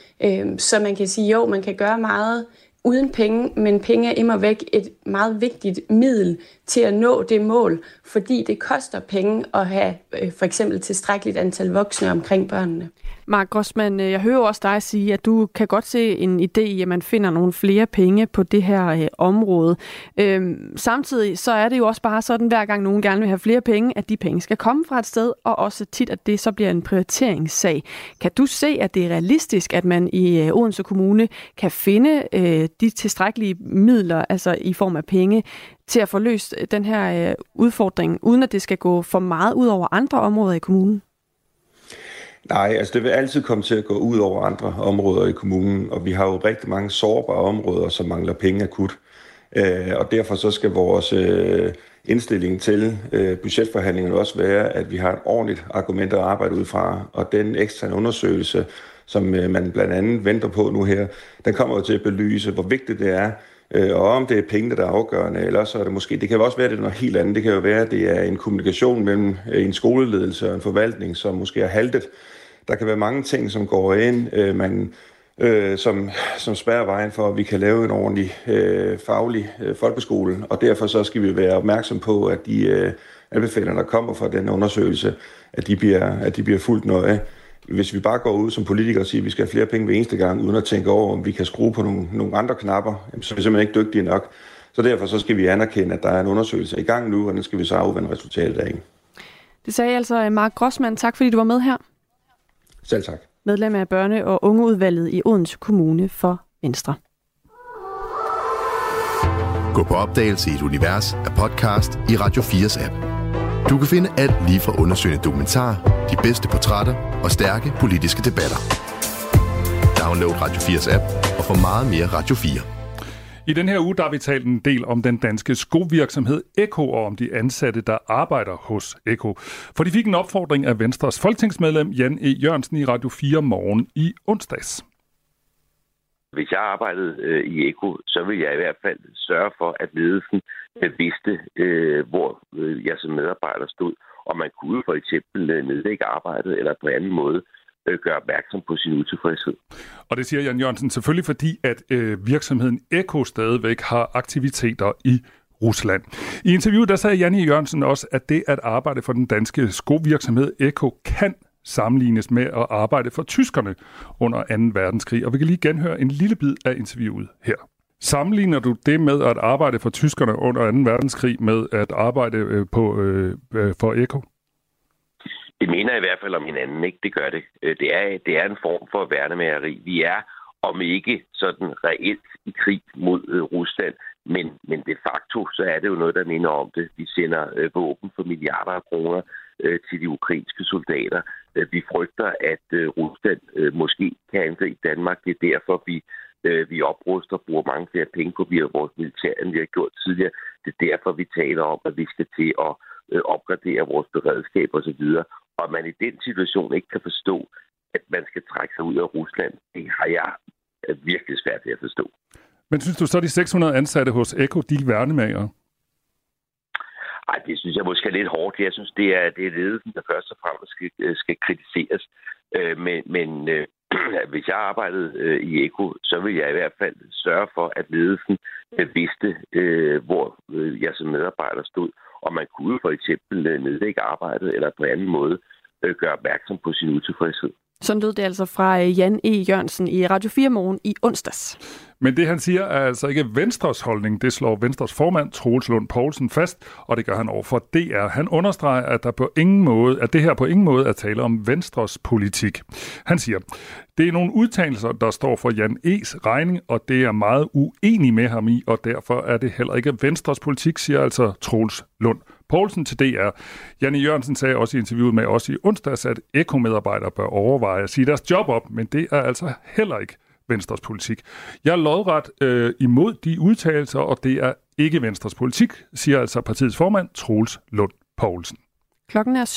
Så man kan sige, jo, man kan gøre meget uden penge, men penge er immervæk et meget vigtigt middel til at nå det mål, fordi det koster penge at have for eksempel tilstrækkeligt antal voksne omkring børnene. Mark Grossmann, jeg hører også dig sige, at du kan godt se en idé i, at man finder nogle flere penge på det her område. Samtidig så er det jo også bare sådan, hver gang nogen gerne vil have flere penge, at de penge skal komme fra et sted, og også tit, at det så bliver en prioriteringssag. Kan du se, at det er realistisk, at man i Odense Kommune kan finde de tilstrækkelige midler, altså i form af penge, til at få løst den her udfordring, uden at det skal gå for meget ud over andre områder i kommunen? Nej, altså det vil altid komme til at gå ud over andre områder i kommunen, og vi har jo rigtig mange sårbare områder, som mangler penge akut. Og derfor så skal vores indstilling til budgetforhandlingerne også være, at vi har et ordentligt argument at arbejde ud fra, og den eksterne undersøgelse, som man blandt andet venter på nu her, den kommer jo til at belyse, hvor vigtigt det er Og om det er pengene, der er afgørende, eller så er det måske, det kan også være, det er noget helt andet. Det kan jo være, at det er en kommunikation mellem en skoleledelse og en forvaltning, som måske er haltet. Der kan være mange ting, som går ind, som spærrer vejen for, at vi kan lave en ordentlig faglig folkeskole. Og derfor så skal vi være opmærksom på, at de anbefalinger, der kommer fra den undersøgelse, at de bliver fuldt nøje. Hvis vi bare går ud som politikere og siger, at vi skal have flere penge hver eneste gang, uden at tænke over, om vi kan skrue på nogle andre knapper, så er vi simpelthen ikke dygtige nok. Så derfor så skal vi anerkende, at der er en undersøgelse i gang nu, og den skal vi så afvende resultatet af. Det sagde altså Mark Grossmann. Tak fordi du var med her. Selv tak. Medlem af børne- og ungeudvalget i Odense Kommune for Venstre. Gå på opdagelse i et univers af podcast i Radio 4's app. Du kan finde alt lige fra undersøgende dokumentarer, de bedste portrætter og stærke politiske debatter. Download Radio 4's app og få meget mere Radio 4. I den her uge der har vi talt en del om den danske skovirksomhed Eko og om de ansatte, der arbejder hos Eko. For de fik en opfordring af Venstres folketingsmedlem Jan E. Jørgensen i Radio 4 morgen i onsdags. Hvis jeg arbejdede i Eko, så ville jeg i hvert fald sørge for, at ledelsen vidste, hvor jeg som medarbejder stod. Og man kunne for eksempel nedlægge arbejdet eller på anden måde gøre opmærksom på sin utilfredshed. Og det siger Jan Jørgensen selvfølgelig, fordi at virksomheden Eko stadigvæk har aktiviteter i Rusland. I interviewet der sagde Jan E. Jørgensen også, at det at arbejde for den danske skovirksomhed Eko kan sammenlignes med at arbejde for tyskerne under 2. verdenskrig. Og vi kan lige genhøre en lille bid af interviewet her. Sammenligner du det med at arbejde for tyskerne under 2. verdenskrig med at arbejde for Eko? Det mener jeg i hvert fald om hinanden, ikke? Det gør det. Det er en form for værnemageri. Vi er, om ikke sådan reelt i krig mod Rusland, men de facto, så er det jo noget, der minder om det. Vi sender våben for milliarder af kroner til de ukrainske soldater. Vi frygter, at Rusland måske kan angribe Danmark. Det er derfor, vi opruster og bruger mange flere penge på vores militær, end vi har gjort tidligere. Det er derfor, vi taler om, at vi skal til at opgradere vores beredskab osv. Og man i den situation ikke kan forstå, at man skal trække sig ud af Rusland, det har jeg virkelig svært ved at forstå. Men synes du så, de 600 ansatte hos Eko, de er værnemagere? Ej, det synes jeg måske er lidt hårdt. Jeg synes, det er ledelsen, der først og fremmest skal kritiseres. Men hvis jeg arbejdede i Eko, så ville jeg i hvert fald sørge for, at ledelsen vidste, hvor jeg som medarbejder stod. Og man kunne for eksempel nedlægge arbejdet eller på anden måde gøre opmærksom på sin utilfredshed. Sådan lød det altså fra Jan E. Jørgensen i Radio 4 morgen i onsdags. Men det han siger er altså ikke Venstres holdning. Det slår Venstres formand Troels Lund Poulsen fast, og det gør han over for DR. Han understreger, at det her på ingen måde er tale om Venstres politik. Han siger, det er nogle udtalelser, der står for Jan E.'s regning, og det er meget uenig med ham i, og derfor er det heller ikke Venstres politik, siger altså Troels Lund Poulsen til DR. Jan E. Jørgensen sagde også i interviewet med os i onsdags, at Eko-medarbejdere bør overveje at sige deres job op, men det er altså heller ikke Venstres politik. Jeg er lodret imod de udtalelser, og det er ikke Venstres politik, siger altså partiets formand Troels Lund Poulsen. Klokken er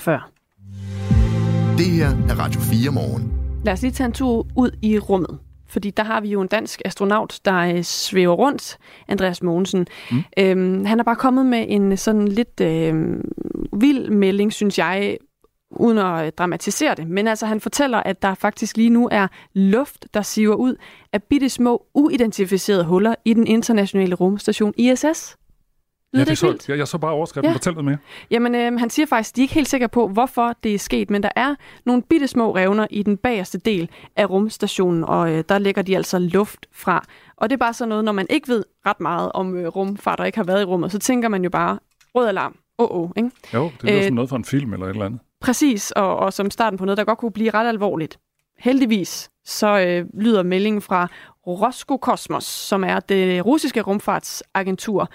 7.43. Det her er Radio 4 morgen. Lad os lige tage en tur ud i rummet. Fordi der har vi jo en dansk astronaut, der svæver rundt, Andreas Mogensen. Han er bare kommet med en sådan lidt vild melding, synes jeg, uden at dramatisere det. Men altså, han fortæller, at der faktisk lige nu er luft, der siver ud af bitte små, uidentificerede huller i den internationale rumstation ISS. Ja, jeg så bare overskriften. Fortæl noget mere. Jamen, han siger faktisk, at de er ikke helt sikre på, hvorfor det er sket, men der er nogle bitte små revner i den bagerste del af rumstationen, og der lægger de altså luft fra. Og det er bare sådan noget, når man ikke ved ret meget om rumfart og ikke har været i rummet, så tænker man jo bare, rød alarm, ikke? Jo, det er sådan noget fra en film eller et eller andet. Præcis, og som starten på noget, der godt kunne blive ret alvorligt. Heldigvis så lyder meldingen fra Roskosmos, som er det russiske rumfartsagentur,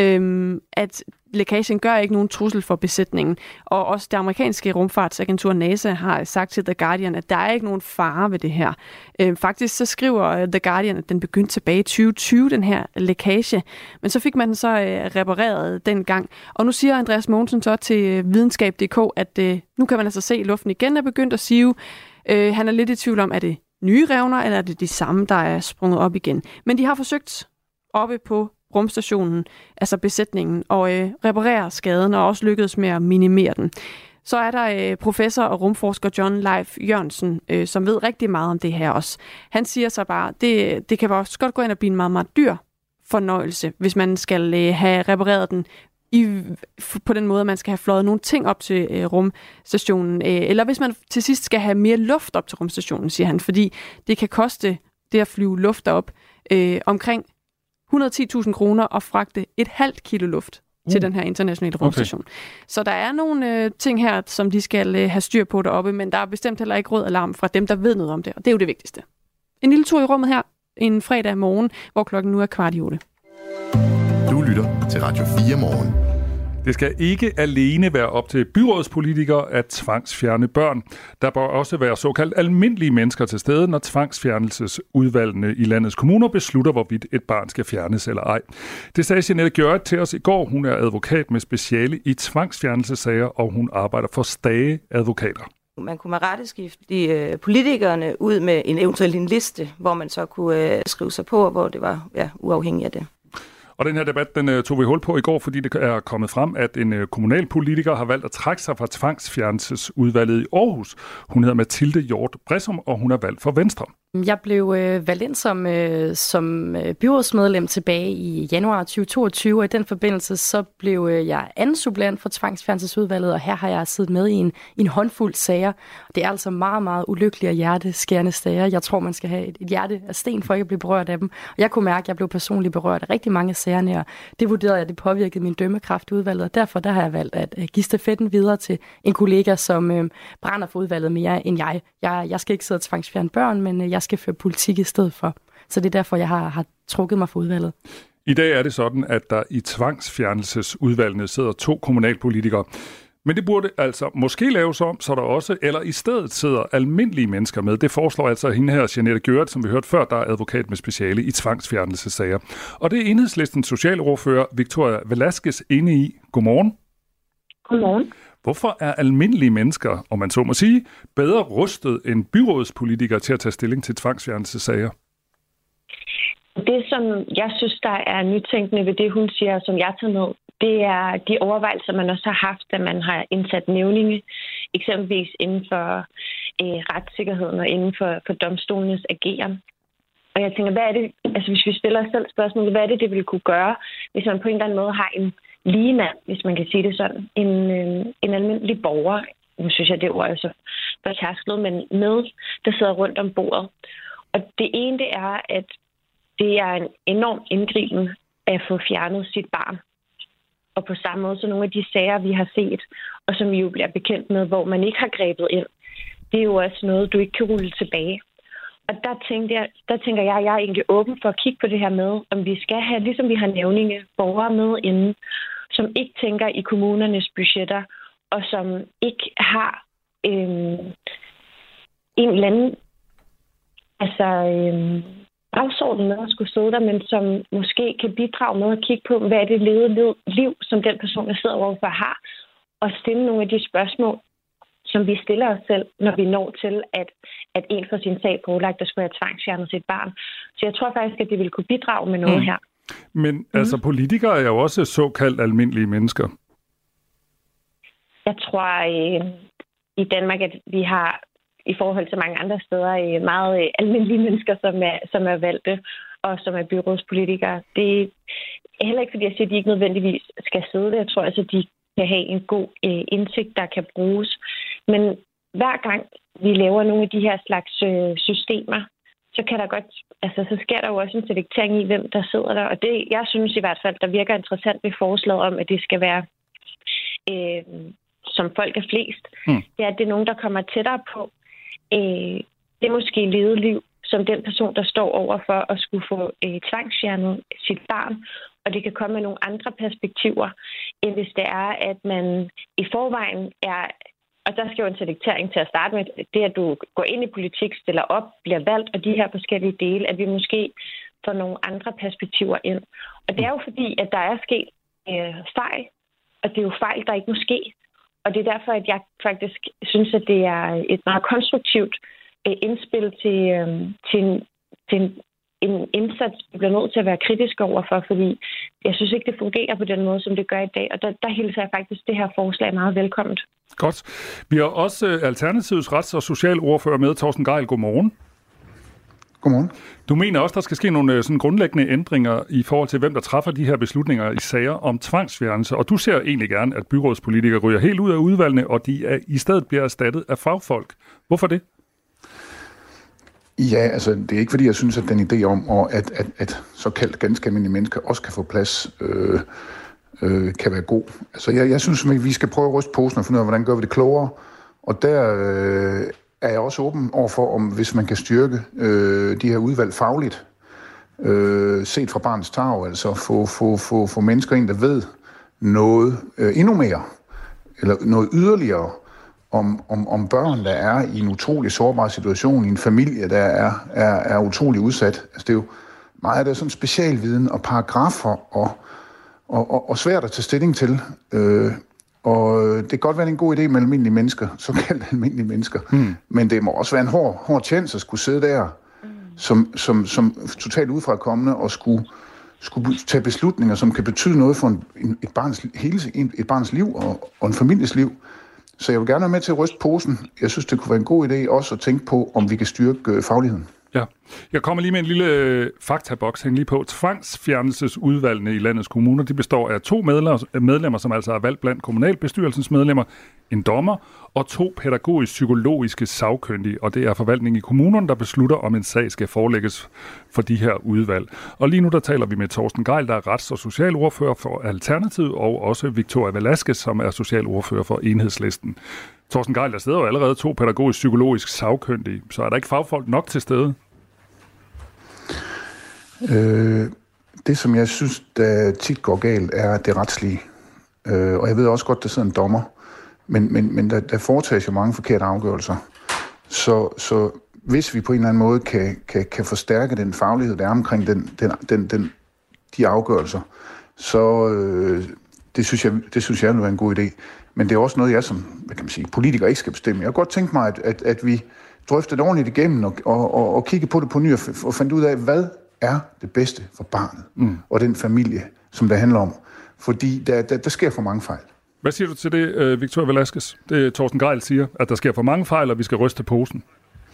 at lækagen gør ikke nogen trussel for besætningen. Og også det amerikanske rumfartsagentur NASA har sagt til The Guardian, at der er ikke nogen fare ved det her. Faktisk så skriver The Guardian, at den begyndte tilbage i 2020, den her lækage. Men så fik man den så repareret dengang. Og nu siger Andreas Mogensen så til videnskab.dk, at nu kan man altså se, at luften igen er begyndt at sive. Han er lidt i tvivl om, er det nye revner, eller er det de samme, der er sprunget op igen. Men de har forsøgt oppe på rumstationen, altså besætningen, og reparerer skaden og også lykkedes med at minimere den. Så er der professor og rumforsker John Leif Jørgensen, som ved rigtig meget om det her også. Han siger så bare, det kan også godt gå ind og blive en meget, meget dyr fornøjelse, hvis man skal have repareret den på den måde, at man skal have fløjet nogle ting op til rumstationen, eller hvis man til sidst skal have mere luft op til rumstationen, siger han, fordi det kan koste det at flyve luft op omkring 110.000 kroner og fragte 0,5 kilo luft til den her internationale rumstation. Okay. Så der er nogle ting her, som de skal have styr på deroppe, men der er bestemt heller ikke rød alarm fra dem, der ved noget om det, og det er jo det vigtigste. En lille tur i rummet her en fredag morgen, hvor klokken nu er 7:15. Du lytter til Radio 4 morgen. Det skal ikke alene være op til byrådspolitikere at tvangsfjerne børn. Der bør også være såkaldt almindelige mennesker til stede, når tvangsfjernelsesudvalgene i landets kommuner beslutter, hvorvidt et barn skal fjernes eller ej. Det sagde Jeanette Gjørret til os i går. Hun er advokat med speciale i tvangsfjernelsessager, og hun arbejder for Stage Advokater. Man kunne med rette skifte politikerne ud med eventuelt en liste, hvor man så kunne skrive sig på, hvor det var uafhængigt af det. Og den her debat, den tog vi hul på i går, fordi det er kommet frem, at en kommunalpolitiker har valgt at trække sig fra tvangsfjernelsesudvalget i Aarhus. Hun hedder Mathilde Hjort Bressum, og hun er valgt for Venstre. Jeg blev valgt ind som byrådsmedlem tilbage i januar 2022, og i den forbindelse så blev jeg anden suppleant for tvangsfjernelsesudvalget, og her har jeg siddet med i en håndfuld sager. Det er altså meget, meget ulykkelige og hjerteskærende sager. Jeg tror, man skal have et hjerte af sten for ikke at blive berørt af dem. Og jeg kunne mærke, at jeg blev personligt berørt af rigtig mange sagerne, og det vurderede jeg, at det påvirkede min dømmekraft i udvalget, og derfor der har jeg valgt at give stafetten videre til en kollega, som brænder for udvalget mere end jeg. Jeg skal ikke sidde og tvangsfjerne børn, men jeg skal føre politik i stedet for. Så det er derfor, jeg har trukket mig fra udvalget. I dag er det sådan, at der i tvangsfjernelsesudvalgene sidder 2 kommunalpolitikere. Men det burde altså måske laves om, så der også, eller i stedet sidder almindelige mennesker med. Det foreslår altså hende her, Jeanette Gjørret, som vi hørte før, der er advokat med speciale i tvangsfjernelsessager. Og det er Enhedslistens socialordfører Victoria Velasquez inde i. Godmorgen. Godmorgen. Hvorfor er almindelige mennesker, om man så må sige, bedre rustet end byrådspolitikere til at tage stilling til tvangsfjernelsessager? Det, som jeg synes, der er nytænkende ved det, hun siger, som jeg tager ned, det er de overvejelser, man også har haft, da man har indsat nævninge, eksempelvis inden for retssikkerheden og inden for domstolenes ageren. Og jeg tænker, hvad er det, altså hvis vi stiller os selv spørgsmålet, hvad er det ville kunne gøre, hvis man på en eller anden måde har en ligemand, hvis man kan sige det sådan, en almindelig borger, nu synes jeg, det ord er så fortærsket, men med, der sidder rundt om bordet. Og det ene, det er, at det er en enorm indgriben at få fjernet sit barn. Og på samme måde, så nogle af de sager, vi har set, og som vi jo bliver bekendt med, hvor man ikke har grebet ind, det er jo også noget, du ikke kan rulle tilbage. Og der tænker jeg er egentlig åben for at kigge på det her med, om vi skal have, ligesom vi har nævninge, borgere med inden, som ikke tænker i kommunernes budgetter, og som ikke har en eller anden dagsorden med at skulle sidde der, men som måske kan bidrage med at kigge på, hvad er det levede liv, som den person, der sidder overfor, har, og stille nogle af de spørgsmål, som vi stiller os selv, når vi når til, at en for sin sag pålagt, der skulle have tvangsfjernet sit barn. Så jeg tror faktisk, at det vil kunne bidrage med noget her. Men altså, politikere er jo også såkaldt almindelige mennesker. Jeg tror i Danmark, at vi har i forhold til mange andre steder meget almindelige mennesker, som er valgte og som er byrådspolitikere. Det er heller ikke, fordi jeg siger, at de ikke nødvendigvis skal sidde der. Jeg tror altså, de kan have en god indsigt, der kan bruges. Men hver gang vi laver nogle af de her slags systemer, så kan der godt, så sker der jo også en selektering i, hvem der sidder der. Og det, jeg synes i hvert fald, der virker interessant ved forslaget om, at det skal være, som folk er flest, det er, at det er nogen, der kommer tættere på. Det er måske levet liv, som den person, der står over for at skulle få tvangsfjernet sit barn. Og det kan komme med nogle andre perspektiver, end hvis det er, at man i forvejen er, og der skal jo en selektering til at starte med, det at du går ind i politik, stiller op, bliver valgt, og de her forskellige dele, at vi måske får nogle andre perspektiver ind. Og det er jo fordi, at der er sket fejl, og det er jo fejl, der ikke må ske. Og det er derfor, at jeg faktisk synes, at det er et meget konstruktivt indspil til en indsats, vi bliver nødt til at være kritiske overfor, fordi jeg synes ikke, det fungerer på den måde, som det gør i dag. Og der hilser jeg faktisk det her forslag meget velkomment. Godt. Vi har også Alternativets rets- og socialordfører med, Torsten Gejl. Godmorgen. Godmorgen. Du mener også, der skal ske nogle sådan grundlæggende ændringer i forhold til, hvem der træffer de her beslutninger i sager om tvangsfjernelse. Og du ser egentlig gerne, at byrådspolitikere ryger helt ud af udvalgene, og de i stedet bliver erstattet af fagfolk. Hvorfor det? Ja, altså det er ikke fordi, jeg synes, at den idé om, at såkaldt ganske almindelige mennesker også kan få plads, kan være god. Altså jeg synes, at vi skal prøve at ryste posen og finde ud af, hvordan gør vi det klogere. Og der er jeg også åben overfor, om hvis man kan styrke de her udvalg fagligt, set fra barnets tarv, altså få mennesker ind, der ved noget endnu mere, eller noget yderligere, om børn, der er i en utrolig sårbar situation, i en familie, der er utrolig udsat. Altså det er jo meget af det sådan specialviden og paragrafer og svært at tage stilling til. Og det kan godt være en god idé med almindelige mennesker, såkaldt almindelige mennesker, men det må også være en hård tjens at skulle sidde der som totalt udefrakommende og skulle tage beslutninger, som kan betyde noget for et barns liv og en families liv. Så jeg vil gerne være med til at ryste posen. Jeg synes, det kunne være en god idé også at tænke på, om vi kan styrke fagligheden. Ja. Jeg kommer lige med en lille faktaboks, hæng lige på. Tvangsfjernelsesudvalgene i landets kommuner, de består af 2 medlemmer, som altså er valgt blandt kommunalbestyrelsens medlemmer, en dommer og 2 pædagogisk-psykologiske sagkyndige, og det er forvaltningen i kommunerne, der beslutter, om en sag skal forelægges for de her udvalg. Og lige nu der taler vi med Torsten Gejl, der er rets- og socialordfører for Alternativet, og også Victoria Velasquez, som er socialordfører for Enhedslisten. Torsten Gejl, der sidder jo allerede 2 pædagogisk-psykologisk sagkyndige, så er der ikke fagfolk nok til stede? Det, som jeg synes, der tit går galt, er det retslige. Og jeg ved også godt, der sidder en dommer, men der foretages jo mange forkerte afgørelser. Så hvis vi på en eller anden måde kan forstærke den faglighed, der er omkring de afgørelser, så det synes jeg vil være en god idé. Men det er også noget, jeg som politiker ikke skal bestemme. Jeg har godt tænkt mig, at vi drøfter det ordentligt igennem og kigger på det på ny og fandt ud af, hvad er det bedste for barnet og den familie, som det handler om. Fordi der sker for mange fejl. Hvad siger du til det, Victoria Velasquez? Det Torsten Gejl siger, at der sker for mange fejl, og vi skal ryste posen.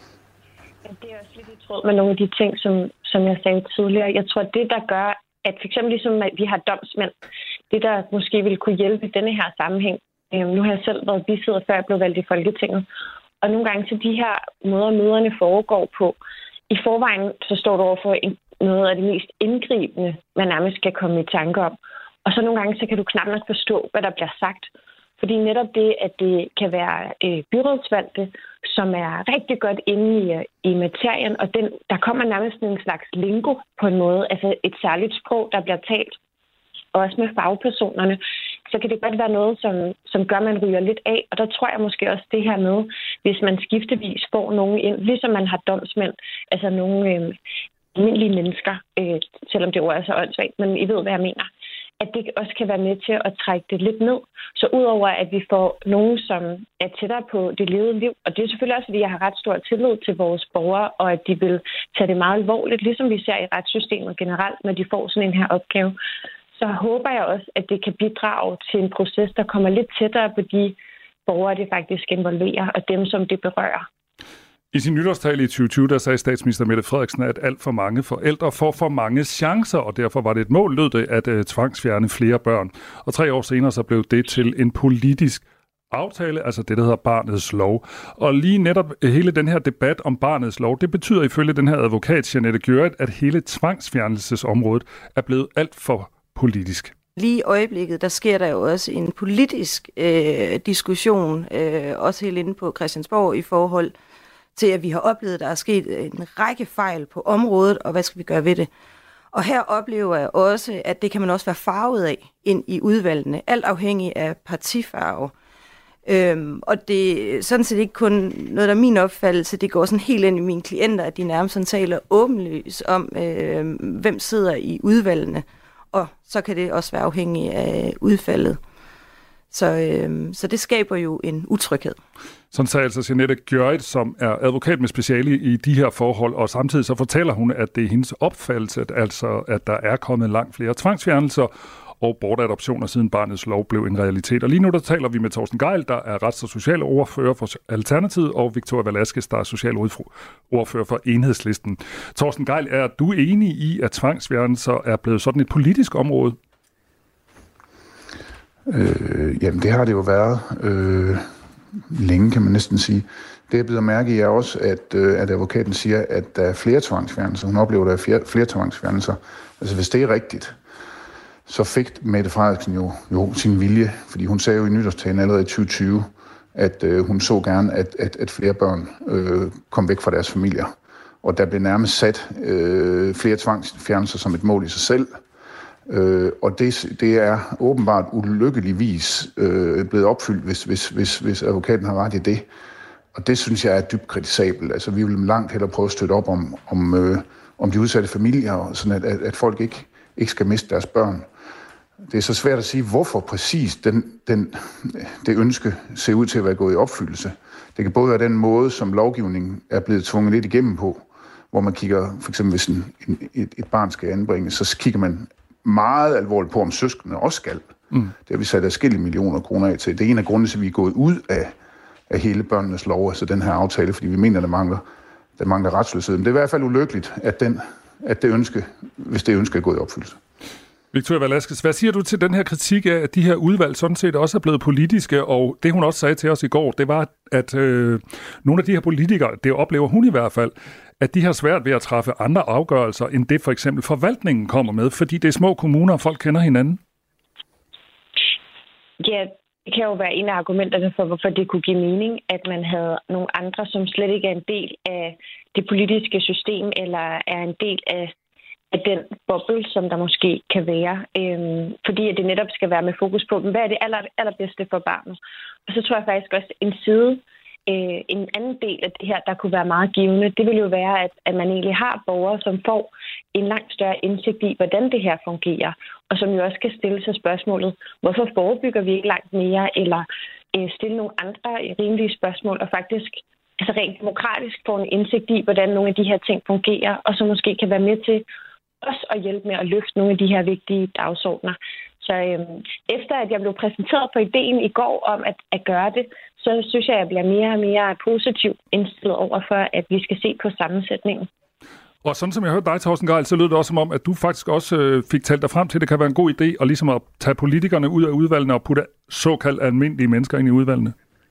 Det er også lidt i tråd med nogle af de ting, som jeg sagde tidligere. Jeg tror, det der gør, at f.eks. ligesom at vi har domsmænd, det der måske ville kunne hjælpe i denne her sammenhæng. Nu har jeg selv været bisidder, før jeg blev valgt i Folketinget. Og nogle gange så de her måder, møderne foregår på, i forvejen så står du over for noget af det mest indgribende, man nærmest kan komme i tanke om. Og så nogle gange, så kan du knap nok forstå, hvad der bliver sagt. Fordi netop det, at det kan være byrådsvalgte, som er rigtig godt inde i materien, og der kommer nærmest en slags lingo på en måde, altså et særligt sprog, der bliver talt, og også med fagpersonerne, så kan det godt være noget, som gør, at man ryger lidt af. Og der tror jeg måske også det her med, hvis man skiftevis får nogen ind, ligesom man har domsmænd, altså nogle almindelige mennesker, selvom det ord er så åndssvagt, men I ved, hvad jeg mener, at det også kan være med til at trække det lidt ned. Så udover at vi får nogen, som er tættere på det levede liv, og det er selvfølgelig også, fordi jeg har ret stor tillid til vores borgere, og at de vil tage det meget alvorligt, ligesom vi ser i retssystemet generelt, når de får sådan en her opgave, så håber jeg også, at det kan bidrage til en proces, der kommer lidt tættere på de borgere, det faktisk involverer, og dem, som det berører. I sin nytårstale i 2020, der sagde statsminister Mette Frederiksen, at alt for mange forældre får for mange chancer, og derfor var det et mål, lød det, at tvangsfjerne flere børn. Og 3 år senere så blev det til en politisk aftale, altså det, der hedder Barnets Lov. Og lige netop hele den her debat om Barnets Lov, det betyder ifølge den her advokat, Jeanette Gjøret, at hele tvangsfjernelsesområdet er blevet alt for politisk. Lige i øjeblikket, der sker der jo også en politisk diskussion, også helt inde på Christiansborg, i forhold til, at vi har oplevet, at der er sket en række fejl på området, og hvad skal vi gøre ved det? Og her oplever jeg også, at det kan man også være farvet af ind i udvalgene, alt afhængig af partifarve. Og det er sådan set ikke kun noget, der er min opfattelse, det går sådan helt ind i mine klienter, at de nærmest sådan taler åbenlyst om, hvem sidder i udvalgene, og så kan det også være afhængig af udfaldet. Så det skaber jo en utryghed. Sådan sagde altså Jeanette Gjørit, som er advokat med speciale i de her forhold, og samtidig så fortæller hun, at det er hendes opfattelse, at der er kommet langt flere tvangsfjernelser og bortadoptioner, siden barnets lov blev en realitet. Og lige nu der taler vi med Torsten Gejl, der er rets- og socialordfører for Alternativet, og Victoria Velasquez, der er socialordfører for Enhedslisten. Torsten Gejl, er du enig i, at tvangsfjernelser er blevet sådan et politisk område? Jamen, det har det jo været længe, kan man næsten sige. Det, jeg bider mærke i, er også, at advokaten siger, at der er flere tvangsfjernelser. Hun oplever, at der er flere tvangsfjernelser. Altså, hvis det er rigtigt, så fik Mette Frederiksen jo sin vilje, fordi hun sagde jo i nytårstalen allerede i 2020, at hun så gerne, at flere børn kom væk fra deres familier. Og der blev nærmest sat flere tvangsfjernelser som et mål i sig selv. Og det er åbenbart ulykkeligvis blevet opfyldt, hvis advokaten har ret i det. Og det synes jeg er dybt kritisabelt. Altså, vi vil langt hellere prøve at støtte op om de udsatte familier, sådan at folk ikke skal miste deres børn. Det er så svært at sige, hvorfor præcis det ønske ser ud til at være gået i opfyldelse. Det kan både være den måde, som lovgivningen er blevet tvunget lidt igennem på, hvor man kigger, for eksempel hvis et barn skal anbringes, så kigger man meget alvorligt på, om søskende også skal. Det har vi sat adskillige millioner kroner af til. Det er en af grundene til, at vi er gået ud af hele børnenes lov, altså den her aftale, fordi vi mener, der mangler retsløshed. Men det er i hvert fald ulykkeligt, at det ønske, hvis det ønske er gået i opfyldelse. Victoria Velasquez, hvad siger du til den her kritik af, at de her udvalg sådan set også er blevet politiske, og det hun også sagde til os i går, det var, at nogle af de her politikere, det oplever hun i hvert fald, at de har svært ved at træffe andre afgørelser, end det for eksempel forvaltningen kommer med, fordi det er små kommuner, og folk kender hinanden? Ja, det kan jo være en af argumenterne for, hvorfor det kunne give mening, at man havde nogle andre, som slet ikke er en del af det politiske system, eller er en del af den boble, som der måske kan være. Fordi at det netop skal være med fokus på, hvad er det allerbedste for barnet. Og så tror jeg faktisk også en anden del af det her, der kunne være meget givende, det vil jo være, at man egentlig har borgere, som får en langt større indsigt i, hvordan det her fungerer, og som jo også kan stille sig spørgsmålet, hvorfor forebygger vi ikke langt mere, eller stille nogle andre rimelige spørgsmål, og faktisk altså rent demokratisk få en indsigt i, hvordan nogle af de her ting fungerer, og så måske kan være med til også at hjælpe med at løfte nogle af de her vigtige dagsordner. Så efter at jeg blev præsenteret for ideen i går om at gøre det, så synes jeg bliver mere og mere positivt indstillet over for, at vi skal se på sammensætningen. Og sådan som jeg hørte dig, Torsten Gejl, så lød det også som om, at du faktisk også fik talt dig frem til, at det kan være en god idé at ligesom at tage politikerne ud af udvalgene og putte såkaldt almindelige mennesker ind i udvalgene.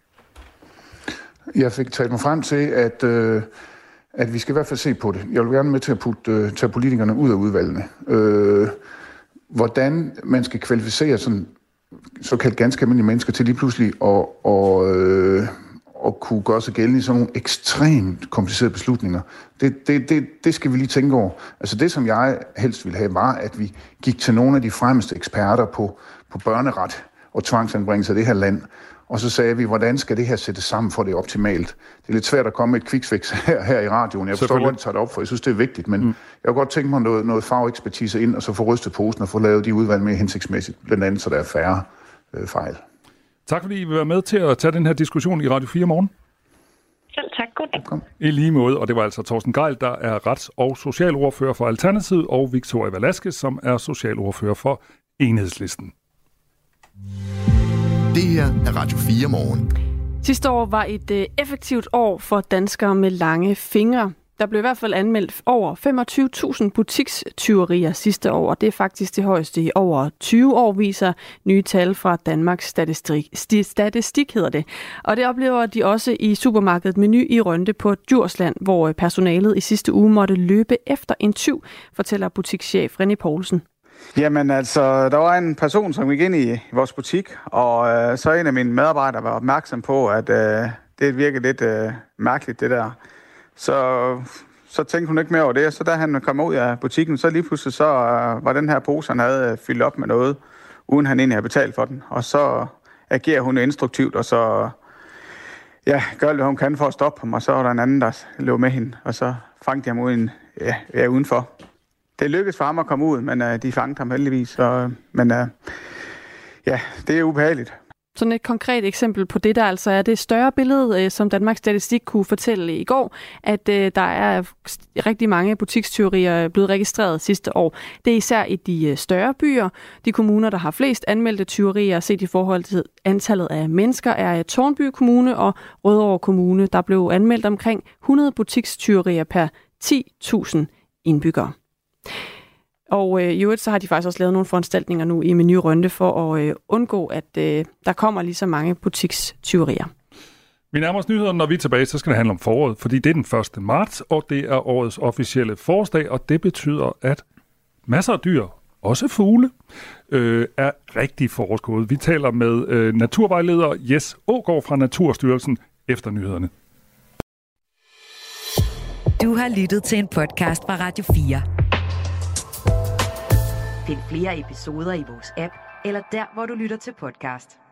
Jeg fik talt mig frem til, at vi skal i hvert fald se på det. Jeg vil gerne med til at tage politikerne ud af udvalgene. Hvordan man skal kvalificere sådan såkaldt ganske almindelige mennesker til lige pludselig og kunne gøre sig gældende i sådan nogle ekstremt komplicerede beslutninger. Det skal vi lige tænke over. Altså det, som jeg helst ville have, var, at vi gik til nogle af de fremmeste eksperter på børneret og tvangsanbringelse af det her land, og så sagde vi, hvordan skal det her sættes sammen, for det er optimalt. Det er lidt svært at komme med et quick fix her i radioen. Jeg forstår, hvor de tager det op for. Jeg synes, det er vigtigt, men jeg kunne godt tænke mig noget fagekspertise ind, og så få rystet posen og få lavet de udvalg mere hensigtsmæssigt, blandt andet, så der er færre fejl. Tak fordi I vil være med til at tage den her diskussion i Radio 4 morgen. Selv tak. Goddag. I lige måde, og det var altså Torsten Gejl, der er rets- og socialordfører for Alternativet, og Victoria Velasquez, som er socialordfører for Enhedslisten. Det her er Radio 4 morgen. Sidste år var et effektivt år for danskere med lange fingre. Der blev i hvert fald anmeldt over 25.000 butikstyverier sidste år, og det er faktisk det højeste i over 20 år, viser nye tal fra Danmarks Statistik hedder det. Og det oplever de også i supermarkedet Meny i Rønde på Djursland, hvor personalet i sidste uge måtte løbe efter en tyv, fortæller butikschef René Poulsen. Jamen altså, der var en person, som gik ind i vores butik, og så en af mine medarbejdere var opmærksom på, at det virkede lidt mærkeligt, det der. Så tænkte hun ikke mere over det, så da han kom ud af butikken, så lige pludselig så var den her pose, han havde fyldt op med noget, uden han egentlig havde betalt for den. Og så agerer hun instruktivt, og så gør det, hvad hun kan for at stoppe ham, og så var der en anden, der løb med hende, og så fangede de ham udenfor. Det lykkedes for ham at komme ud, men de fangede ham heldigvis. Men det er ubehageligt. sådan et konkret eksempel på det, der altså er det større billede, som Danmarks Statistik kunne fortælle i går, at der er rigtig mange butikstyverier blevet registreret sidste år. Det er især i de større byer. De kommuner, der har flest anmeldte tyverier set i forhold til antallet af mennesker, er Tårnby Kommune og Rødovre Kommune. Der blev anmeldt omkring 100 butikstyverier per 10.000 indbyggere. Og i øvrigt så har de faktisk også lavet nogle foranstaltninger nu i en ny runde for at undgå, at der kommer lige så mange butikstyverier. Vi nærmer os nyhederne, når vi er tilbage, så skal det handle om foråret, fordi det er den 1. marts, og det er årets officielle forårsdag, og det betyder, at masser af dyr, også fugle, er rigtig forårsgode. Vi taler med naturvejleder Jes Aagaard fra Naturstyrelsen efter nyhederne. Du har lyttet til en podcast fra Radio 4. Find flere episoder i vores app, eller der, hvor du lytter til podcast.